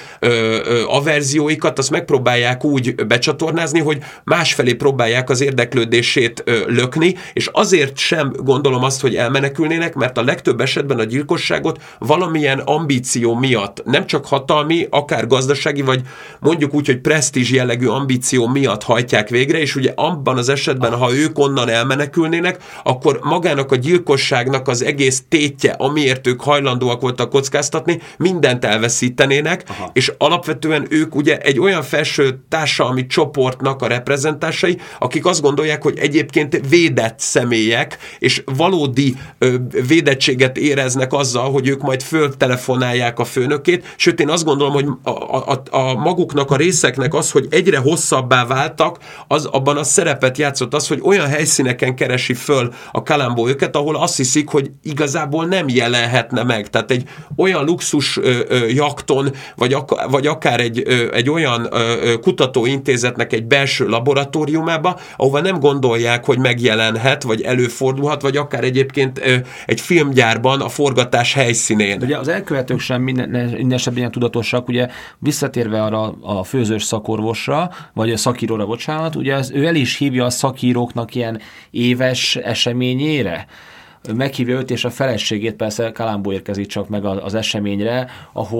averzióikat azt megpróbálják úgy becsatornázni, hogy másfelé próbálják az érdeklődését lökni, és azért sem gondolom azt, hogy elmenekülnének, mert a legtöbb esetben a gyilkosságot valamilyen ambíció miatt, nem csak hatalmi, akár gazdasági, vagy mondjuk úgy, hogy presztízs jellegű ambíció miatt hajtják végre, és ugye abban az esetben, ha ők onnan elmenekülnének, akkor magának a gyilkosságnak az egész tétje, amiért ők hajlandóak voltak kockáztatni, mindent elveszítenének, és alapvetően ők ugye egy olyan felső társadalmi csoportnak a reprezentásai, akik azt gondolják, hogy egyébként védett személyek, és valódi védettséget éreznek azzal, hogy ők majd föltelefonálják a főnökét, sőt én azt gondolom, hogy a maguknak, a részeknek az, hogy egyre hosszabbá váltak, az abban a szerepet játszott az, hogy olyan helyszíneken keresi föl a Columbo őket, ahol azt hiszik, hogy igazából nem jelenhetne meg. Tehát egy olyan luxus jakton, vagy akár egy olyan kutatóintézetnek egy belső laboratóriumába, ahova nem gondolják, hogy megjelenhet, vagy előfordulhat, vagy akár egyébként egy filmgyárban a forgatás helyszínén. De ugye az elkövetők sem minden esetben ilyen tudatosak, ugye visszatérve arra a főzős szakorvosra, vagy a szakíróra, bocsánat, ugye ő el is hívja a szakíróknak ilyen éves eseményére, meghívja őt és a feleségét, persze Columbo érkezik csak meg az eseményre,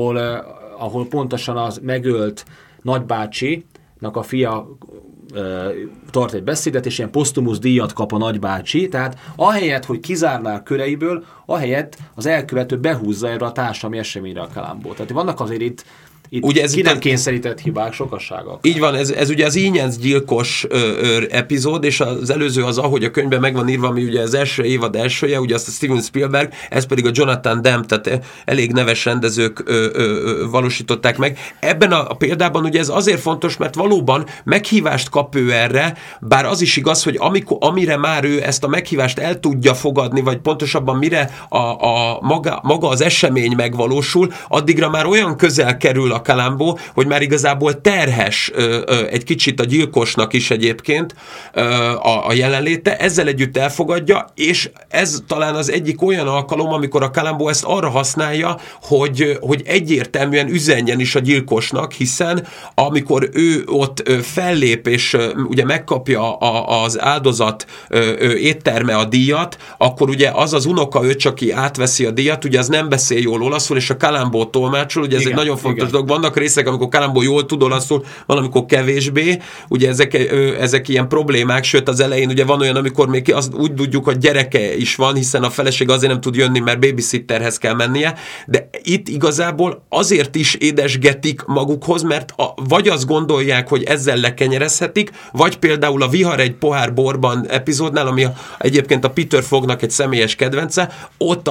ahol pontosan az megölt nagybácsinak a fia tart egy beszédet, és ilyen posztumusz díjat kap a nagybácsi, tehát ahelyett, hogy kizárná a köreiből, ahelyett az elkövető behúzza erre a társadalmi eseményre a Columbo. Tehát vannak azért itt ugye ez ki nem kényszerített hibák sokassága. Így van, ez ugye az ínyenc gyilkos epizód, és az előző az, ahogy a könyvben meg van írva, ami ugye az első évad elsője, ugye azt a Steven Spielberg, ez pedig a Jonathan Demme, tehát elég neves rendezők valósították meg. Ebben a példában ugye ez azért fontos, mert valóban meghívást kap ő erre, bár az is igaz, hogy amire már ő ezt a meghívást el tudja fogadni, vagy pontosabban mire maga az esemény megvalósul, addigra már olyan közel kerül a Columbo, hogy már igazából terhes egy kicsit a gyilkosnak is egyébként a jelenléte, ezzel együtt elfogadja, és ez talán az egyik olyan alkalom, amikor a Columbo ezt arra használja, hogy egyértelműen üzenjen is a gyilkosnak, hiszen amikor ő ott fellép, és ugye megkapja az áldozat étterme a díjat, akkor ugye az unokaöcs, aki átveszi a díjat, ugye az nem beszél jól olaszul, és a Columbo tolmácsol, ugye ez egy nagyon fontos dolog. Vannak részek, amikor Columbo jól tud olaszul, van, amikor kevésbé, ugye ezek ilyen problémák, sőt az elején ugye van olyan, amikor még úgy tudjuk, hogy gyereke is van, hiszen a feleség azért nem tud jönni, mert babysitterhez kell mennie, de itt igazából azért is édesgetik magukhoz, mert vagy azt gondolják, hogy ezzel lekenyerezhetik, vagy például a Vihar egy pohár borban epizódnál, ami egyébként a Peter Foggnak egy személyes kedvence, ott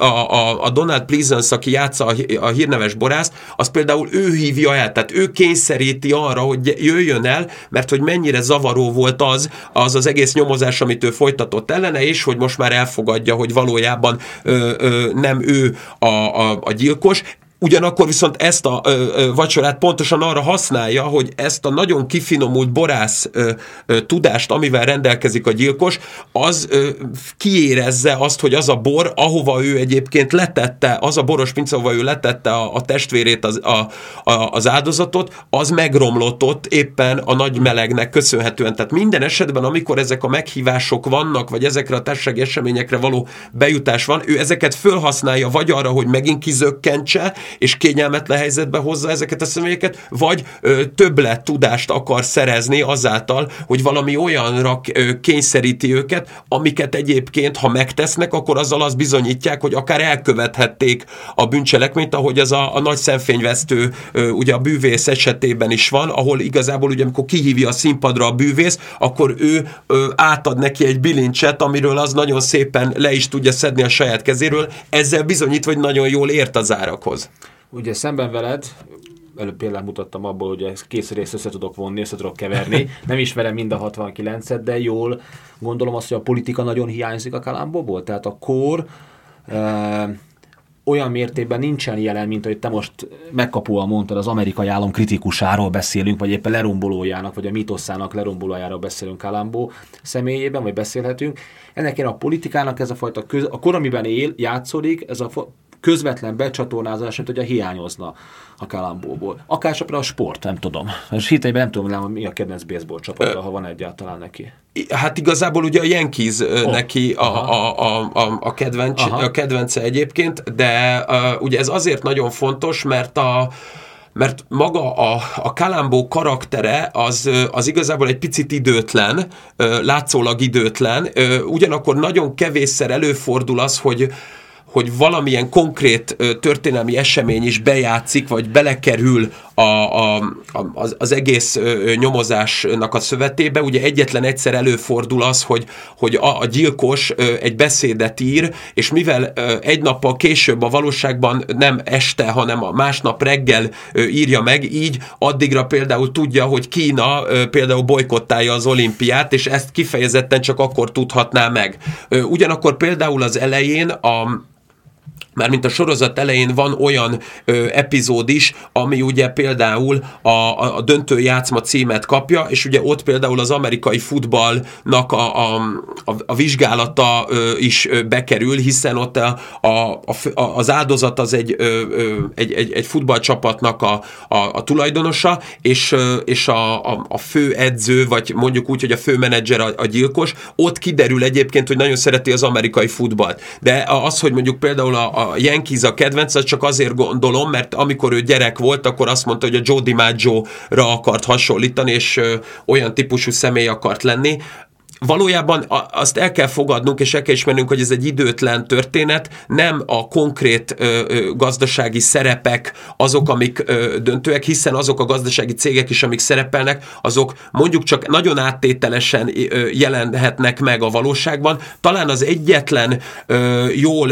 a Donald Pleasence, aki játsza a hírneves borászt, az például ő hívja el, tehát ő kényszeríti arra, hogy jöjjön el, mert hogy mennyire zavaró volt az egész nyomozás, amit ő folytatott ellene, és hogy most már elfogadja, hogy valójában nem ő a gyilkos. Ugyanakkor viszont ezt a vacsorát pontosan arra használja, hogy ezt a nagyon kifinomult borász tudást, amivel rendelkezik a gyilkos, az kiérezze azt, hogy az a bor, ahova ő egyébként letette, az a boros pince, ahova ő letette a testvérét, az áldozatot, az megromlott ott éppen a nagy melegnek köszönhetően. Tehát minden esetben, amikor ezek a meghívások vannak, vagy ezekre a társasági eseményekre való bejutás van, ő ezeket fölhasználja vagy arra, hogy megint kizökkentse, és kényelmetlen helyzetbe hozza ezeket a személyeket, vagy többlet tudást akar szerezni azáltal, hogy valami olyanra kényszeríti őket, amiket egyébként, ha megtesznek, akkor azzal azt bizonyítják, hogy akár elkövethették a bűncselekményt, ahogy az a nagy szemfényvesztő, ugye a bűvész esetében is van, ahol igazából ugye amikor kihívja a színpadra a bűvész, akkor ő átad neki egy bilincset, amiről az nagyon szépen le is tudja szedni a saját kezéről, ezzel bizonyítva, hogy nagyon jól ért az árakhoz. Ugye szemben veled, előbb például mutattam abból, hogy ezt két részt össze tudok vonni, össze tudok keverni, nem ismerem mind a 69-et, de jól gondolom azt, hogy a politika nagyon hiányzik a Kalambóból, tehát a kor olyan mértékben nincsen jelen, mint hogy te most megkapóan mondtad, az amerikai állam kritikusáról beszélünk, vagy éppen lerombolójának, vagy a mitoszának lerombolójáról beszélünk Kalambó személyében, vagy beszélhetünk. Ennek a politikának ez a fajta, a kor, amiben játszódik, ez a közvetlen becsatornázás, mint hogy hiányozna a Kalambóból. Akár csak a sport, nem tudom. És hirtelen nem tudom, mi a kedvenc baseball csapata, ha van egyáltalán neki. Hát igazából ugye a Yankees neki a kedvence egyébként, de ugye ez azért nagyon fontos, mert maga a Kalambó karaktere az igazából egy picit időtlen, látszólag időtlen, ugyanakkor nagyon kevésszer előfordul az, hogy valamilyen konkrét történelmi esemény is bejátszik, vagy belekerül az egész nyomozásnak a szövetébe. Ugye egyetlen egyszer előfordul az, hogy a gyilkos egy beszédet ír, és mivel egy nappal később a valóságban nem este, hanem a másnap reggel írja meg, így addigra például tudja, hogy Kína például bojkottálja az olimpiát, és ezt kifejezetten csak akkor tudhatná meg. Ugyanakkor például az elején mármint a sorozat elején van olyan epizód is, ami ugye például a döntő játszma címet kapja, és ugye ott például az amerikai futballnak a vizsgálata is bekerül, hiszen ott az áldozat az egy futballcsapatnak a tulajdonosa, és a főedző, vagy mondjuk úgy, hogy a főmenedzser a gyilkos, ott kiderül egyébként, hogy nagyon szereti az amerikai futballt. De az, hogy mondjuk például a Yankees a kedvenc, az csak azért gondolom, mert amikor ő gyerek volt, akkor azt mondta, hogy a Joe DiMaggio-ra akart hasonlítani, és olyan típusú személy akart lenni. Valójában azt el kell fogadnunk, és el kell ismernünk, hogy ez egy időtlen történet, nem a konkrét gazdasági szerepek azok, amik döntőek, hiszen azok a gazdasági cégek is, amik szerepelnek, azok mondjuk csak nagyon áttételesen jelenhetnek meg a valóságban. Talán az egyetlen jól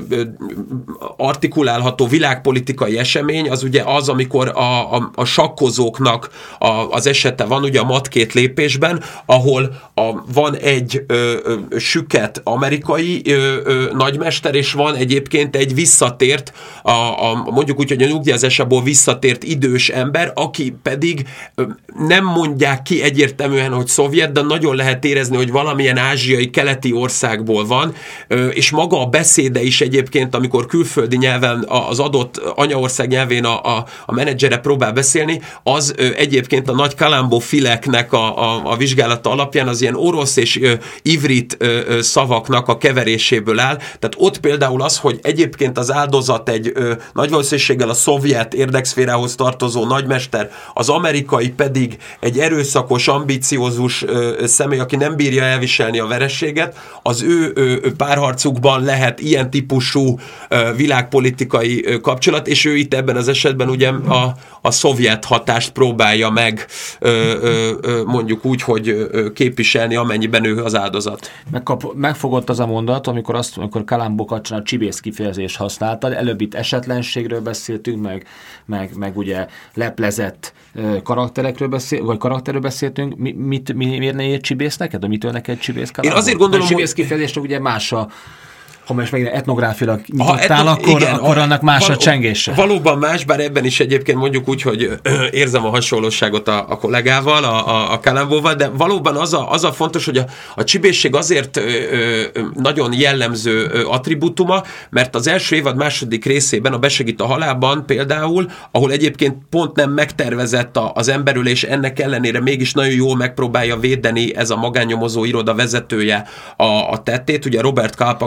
artikulálható világpolitikai esemény az ugye az, amikor a sakkozóknak az esete van, ugye a mat két lépésben, ahol van egy süket amerikai nagymester, és van egyébként egy visszatért, mondjuk úgy, hogy a nyugdíjazásából visszatért idős ember, aki pedig nem mondják ki egyértelműen, hogy szovjet, de nagyon lehet érezni, hogy valamilyen ázsiai, keleti országból van, és maga a beszéde is egyébként, amikor külföldi nyelven, az adott anyaország nyelvén a menedzsere próbál beszélni, az egyébként a nagy Kalambó fileknek a vizsgálata alapján az ilyen orosz és ivrit szavaknak a keveréséből áll. Tehát ott például az, hogy egyébként az áldozat egy nagy valószínűséggel a szovjet érdekszférához tartozó nagymester, az amerikai pedig egy erőszakos, ambiciózus személy, aki nem bírja elviselni a vereséget, az ő párharcukban lehet ilyen típusú világpolitikai kapcsolat, és ő itt ebben az esetben ugye a szovjet hatást próbálja meg mondjuk úgy, hogy képviselni, amennyiben ő az áldozat. Megfogott az a mondat, amikor Kalambó kapcsán a csibész kifejezést használtad. Előbb itt esetlenségről beszéltünk, meg ugye leplezett karakterről beszéltünk. Miért ne ért csibész neked? Mitől neked csibész Kalambó? Én azért gondolom, hogy csibész kifejezésre ugye más ha most megint etnográfiailag nyitottál, akkor annak más a csengése. Valóban más, bár ebben is egyébként mondjuk úgy, hogy érzem a hasonlóságot a kollégával, a Kalambóval, de valóban az a fontos, hogy a csibészség azért nagyon jellemző attribútuma, mert az első évad második részében, a Besegít a halálban például, ahol egyébként pont nem megtervezett az emberülés, ennek ellenére mégis nagyon jól megpróbálja védeni ez a magánnyomozó iroda vezetője a tettét. Ugye Robert Culp, aki egyébként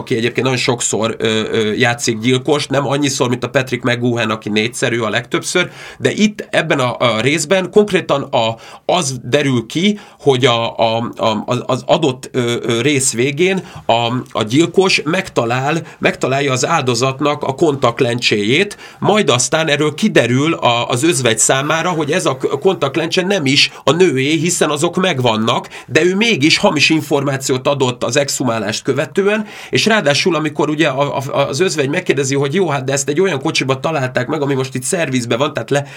nagyon sokszor játszik gyilkos, nem annyiszor, mint a Patrick McGoohan, aki 4-szer, a legtöbbször, de itt ebben a részben konkrétan az derül ki, hogy az adott rész végén a gyilkos megtalálja az áldozatnak a kontaktlencséjét, majd aztán erről kiderül az özvegy számára, hogy ez a kontaktlencse nem is a nőé, hiszen azok megvannak, de ő mégis hamis információt adott az exhumálást követően, és ráadásul, amikor ugye az özvegy megkérdezi, hogy jó, hát de ezt egy olyan kocsiba találták meg, ami most itt szervizben van, tehát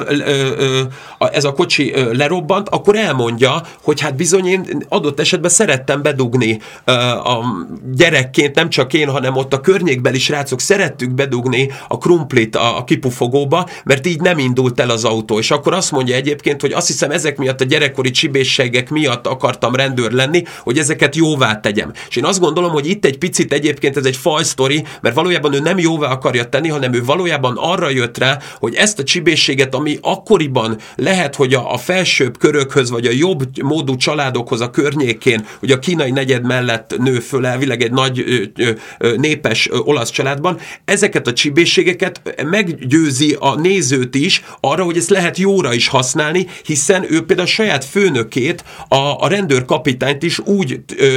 ez a kocsi lerobbant, akkor elmondja, hogy hát bizony én adott esetben szerettem bedugni a gyerekként, nem csak én, hanem ott a környékbeli srácok szerettük bedugni a krumplit a kipufogóba, mert így nem indult el az autó. És akkor azt mondja egyébként, hogy azt hiszem ezek miatt a gyerekkori csibészségek miatt akartam rendőr lenni, hogy ezeket jóvá tegyem. És én azt gondolom, hogy itt egy picit egyébként ez egy fal sztori, mert valójában ő nem jóvá akarja tenni, hanem ő valójában arra jött rá, hogy ezt a csibészséget, ami akkoriban lehet, hogy a felsőbb körökhöz, vagy a jobb módú családokhoz a környékén, hogy a kínai negyed mellett nő föl elvileg egy nagy népes olasz családban, ezeket a csibészségeket meggyőzi a nézőt is arra, hogy ezt lehet jóra is használni, hiszen ő például a saját főnökét, a rendőrkapitányt is úgy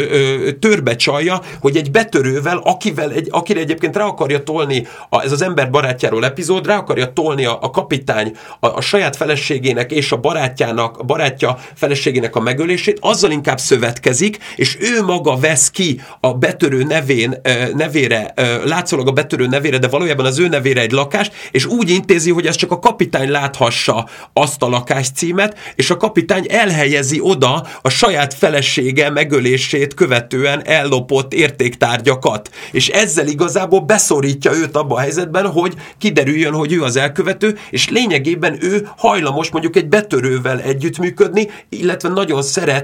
törbe csalja, hogy egy betörővel, akire egyébként rá akarja tolni, ez az ember barátjáról epizód, rá akarja tolni a kapitány a saját feleségének és a barátja feleségének a megölését, azzal inkább szövetkezik, és ő maga vesz ki a betörő nevére, látszólag a betörő nevére, de valójában az ő nevére egy lakást, és úgy intézi, hogy ez csak a kapitány láthassa azt a lakáscímet, és a kapitány elhelyezi oda a saját felesége megölését követően ellopott értéktárgyakat. És ezzel igazából beszorítja őt abba a helyzetben, hogy kiderüljön, hogy ő az elkövető, és lényegében ő hajlamos mondjuk egy betörővel együttműködni, illetve nagyon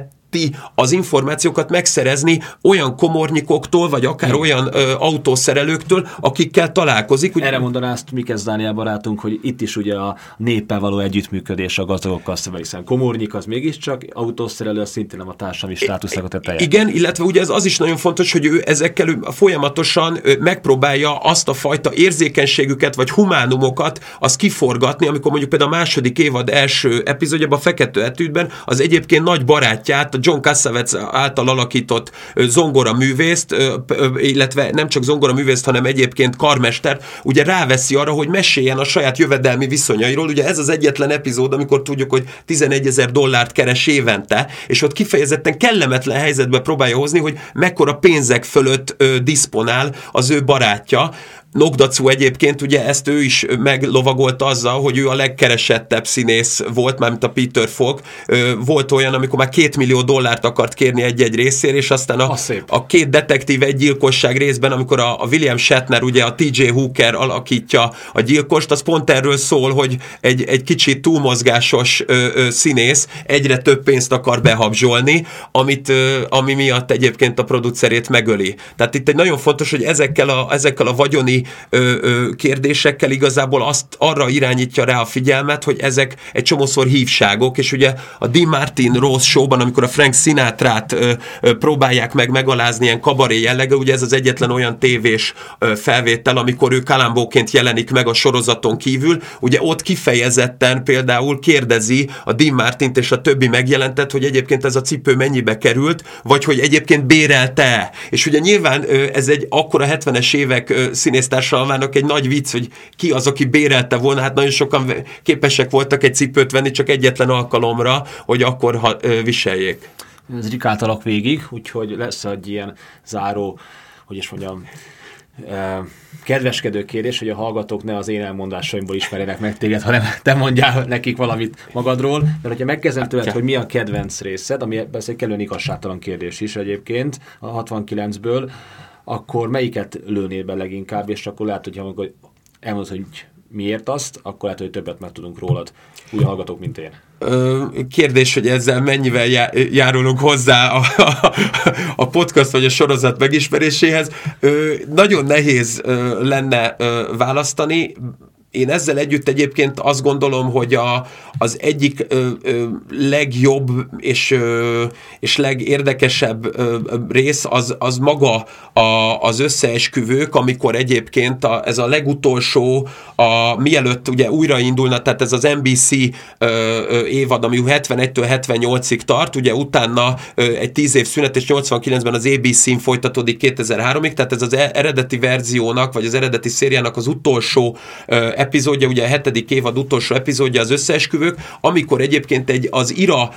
az információkat megszerezni olyan komornyikoktól, vagy akár olyan autószerelőktől, akikkel találkozik. Erre mondaná azt Mikesz Dániel barátunk, hogy itt is ugye a néppel való együttműködés a gazdagokkal szemben, hiszen komornyik az mégiscsak, autószerelő az szintén nem a társadalmi státusznak a teteje. Igen, illetve ugye ez az is nagyon fontos, hogy ő ezekkel folyamatosan megpróbálja azt a fajta érzékenységüket, vagy humánumokat azt kiforgatni, amikor mondjuk például a második évad első epizódjában, a Fekete Etűdben az egyébként nagy barátját, John Cassavetes által alakított zongoraművészt, illetve nem csak zongoraművészt, hanem egyébként karmester, ugye ráveszi arra, hogy meséljen a saját jövedelmi viszonyairól. Ugye ez az egyetlen epizód, amikor tudjuk, hogy $11,000 keres évente, és ott kifejezetten kellemetlen helyzetbe próbálja hozni, hogy mekkora pénzek fölött diszponál az ő barátja. Nogdacu egyébként, ugye ezt ő is meglovagolta azzal, hogy ő a legkeresettebb színész volt, mármint a Peter Falk. Volt olyan, amikor már $2 millió akart kérni egy-egy részért, és aztán a két detektív egy gyilkosság részben, amikor a William Shatner, ugye a TJ Hooker alakítja a gyilkost, az pont erről szól, hogy egy kicsit túlmozgásos színész egyre több pénzt akar behabzsolni, ami miatt egyébként a producerét megöli. Tehát itt egy nagyon fontos, hogy ezekkel a vagyoni kérdésekkel igazából arra irányítja rá a figyelmet, hogy ezek egy csomószor hívságok, és ugye a Dean Martin Rose Show-ban, amikor a Frank Sinatrát próbálják megalázni ilyen kabaré jelleggel, ugye ez az egyetlen olyan tévés felvétel, amikor ő Columboként jelenik meg a sorozaton kívül, ugye ott kifejezetten például kérdezi a Dean Martint és a többi megjelentet, hogy egyébként ez a cipő mennyibe került, vagy hogy egyébként bérelte. És ugye nyilván ez egy akkora 70-es évek színésztársalmának egy nagy vicc, hogy ki az, aki bérelte volna, hát nagyon sokan képesek voltak egy cipőt venni csak egyetlen alkalomra, hogy akkor viseljék. Ez rikáltalak végig, úgyhogy lesz egy ilyen záró, hogy is mondjam, kedveskedő kérdés, hogy a hallgatók ne az én elmondásaimból ismerjenek meg téged, hanem te mondjál nekik valamit magadról, mert hogyha megkezdem tőled, hogy mi a kedvenc részed, ami persze egy kellően igazságtalan kérdés is egyébként a 69-ből, akkor melyiket lőnél be leginkább, és akkor lehet, hogy elmondod, hogy miért azt, akkor lehet, hogy többet meg tudunk rólad, úgy a hallgatók, mint én. Kérdés, hogy ezzel mennyivel járulunk hozzá a podcast vagy a sorozat megismeréséhez. Nagyon nehéz lenne választani. én ezzel együtt egyébként azt gondolom, hogy az egyik legjobb és legérdekesebb rész az maga az összeesküvők, amikor egyébként ez a legutolsó, mielőtt ugye újraindulna, tehát ez az NBC évad, ami 71-től 78-ig tart, ugye utána egy 10 év szünet, és 89-ben az ABC-n folytatódik 2003-ig, tehát ez az eredeti verziónak, vagy az eredeti szériának az utolsó epizódja, ugye a 7. évad utolsó epizódja az összeesküvők, amikor egyébként az IRA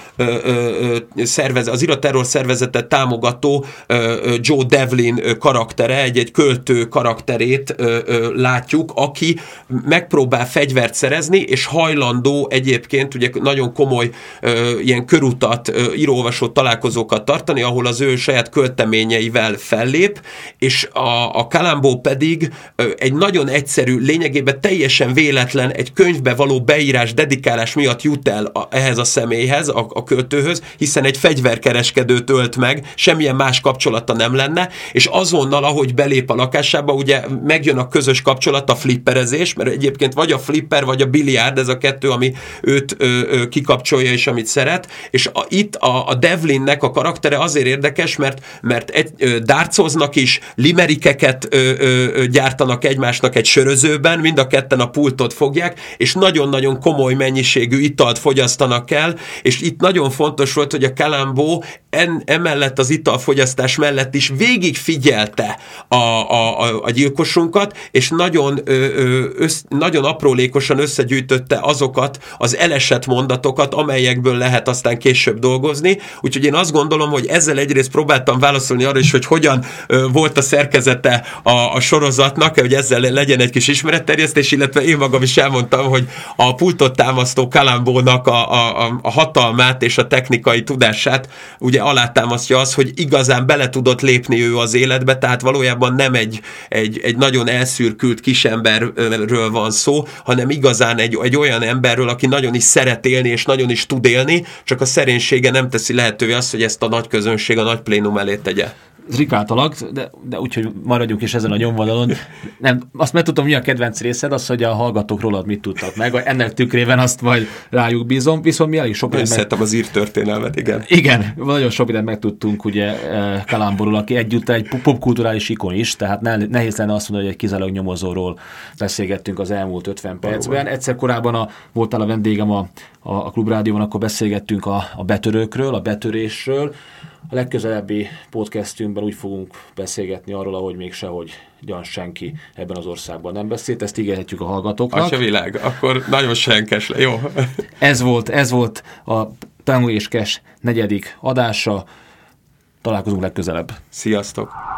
terror szervezetet támogató Joe Devlin karaktere, egy költő karakterét látjuk, aki megpróbál fegyvert szerezni, és hajlandó egyébként ugye nagyon komoly ilyen körutat, író-olvasó találkozókat tartani, ahol az ő saját költeményeivel fellép, és a Columbo pedig egy nagyon egyszerű, lényegében teljesen véletlen, egy könyvbe való beírás, dedikálás miatt jut el ehhez a személyhez, a költőhöz, hiszen egy fegyverkereskedőt ölt meg, semmilyen más kapcsolata nem lenne, és azonnal, ahogy belép a lakásába, ugye megjön a közös kapcsolat, a flipperezés, mert egyébként vagy a flipper, vagy a biliárd, ez a kettő, ami őt kikapcsolja, és amit szeret, és itt a Devlinnek a karaktere azért érdekes, mert dárcoznak is, limerikeket gyártanak egymásnak egy sörözőben, mind a ketten a pultot fogják, és nagyon-nagyon komoly mennyiségű italt fogyasztanak el, és itt nagyon fontos volt, hogy a Columbo emellett az italfogyasztás mellett is végig figyelte a gyilkosunkat, és nagyon aprólékosan összegyűjtötte azokat az elesett mondatokat, amelyekből lehet aztán később dolgozni. Úgyhogy én azt gondolom, hogy ezzel egyrészt próbáltam válaszolni arra is, hogy hogyan volt a szerkezete a sorozatnak, hogy ezzel legyen egy kis ismeretterjesztés, illetve én magam is elmondtam, hogy a pultot támasztó Columbo-nak a hatalmát és a technikai tudását ugye alátámasztja az, hogy igazán bele tudott lépni ő az életbe, tehát valójában nem egy nagyon elszürkült kisemberről van szó, hanem igazán egy olyan emberről, aki nagyon is szeret élni, és nagyon is tud élni, csak a szerénysége nem teszi lehetővé azt, hogy ezt a nagy közönség a nagy plénum elé tegye. Rikáltalak, de úgyhogy maradjunk is ezen a nyomvonalon. Nem, azt megtudtam, mi a kedvenc részed, az, hogy a hallgatók rólad mit tudtak meg. Ennek tükrében azt majd rájuk bízom, viszont mi elég sok mindent... Összehettem az írt történelmet, igen. Igen, nagyon sok mindent megtudtunk, ugye Columboról, aki együtt egy popkulturális ikon is, tehát nehéz lenne azt mondani, hogy egy kizárólag nyomozóról beszélgettünk az elmúlt 50 percben. Egyszer korábban voltál a vendégem a Klubrádióban, akkor beszélgettünk a betörőkről, a betörésről. A legközelebbi podcastünkben úgy fogunk beszélgetni arról, ahogy még sehogy senki ebben az országban nem beszélt. Ezt ígérhetjük a hallgatóknak. Atya világ, akkor nagyon senkes le, jó? Ez volt a Tango és Cash 4. adása. Találkozunk legközelebb. Sziasztok!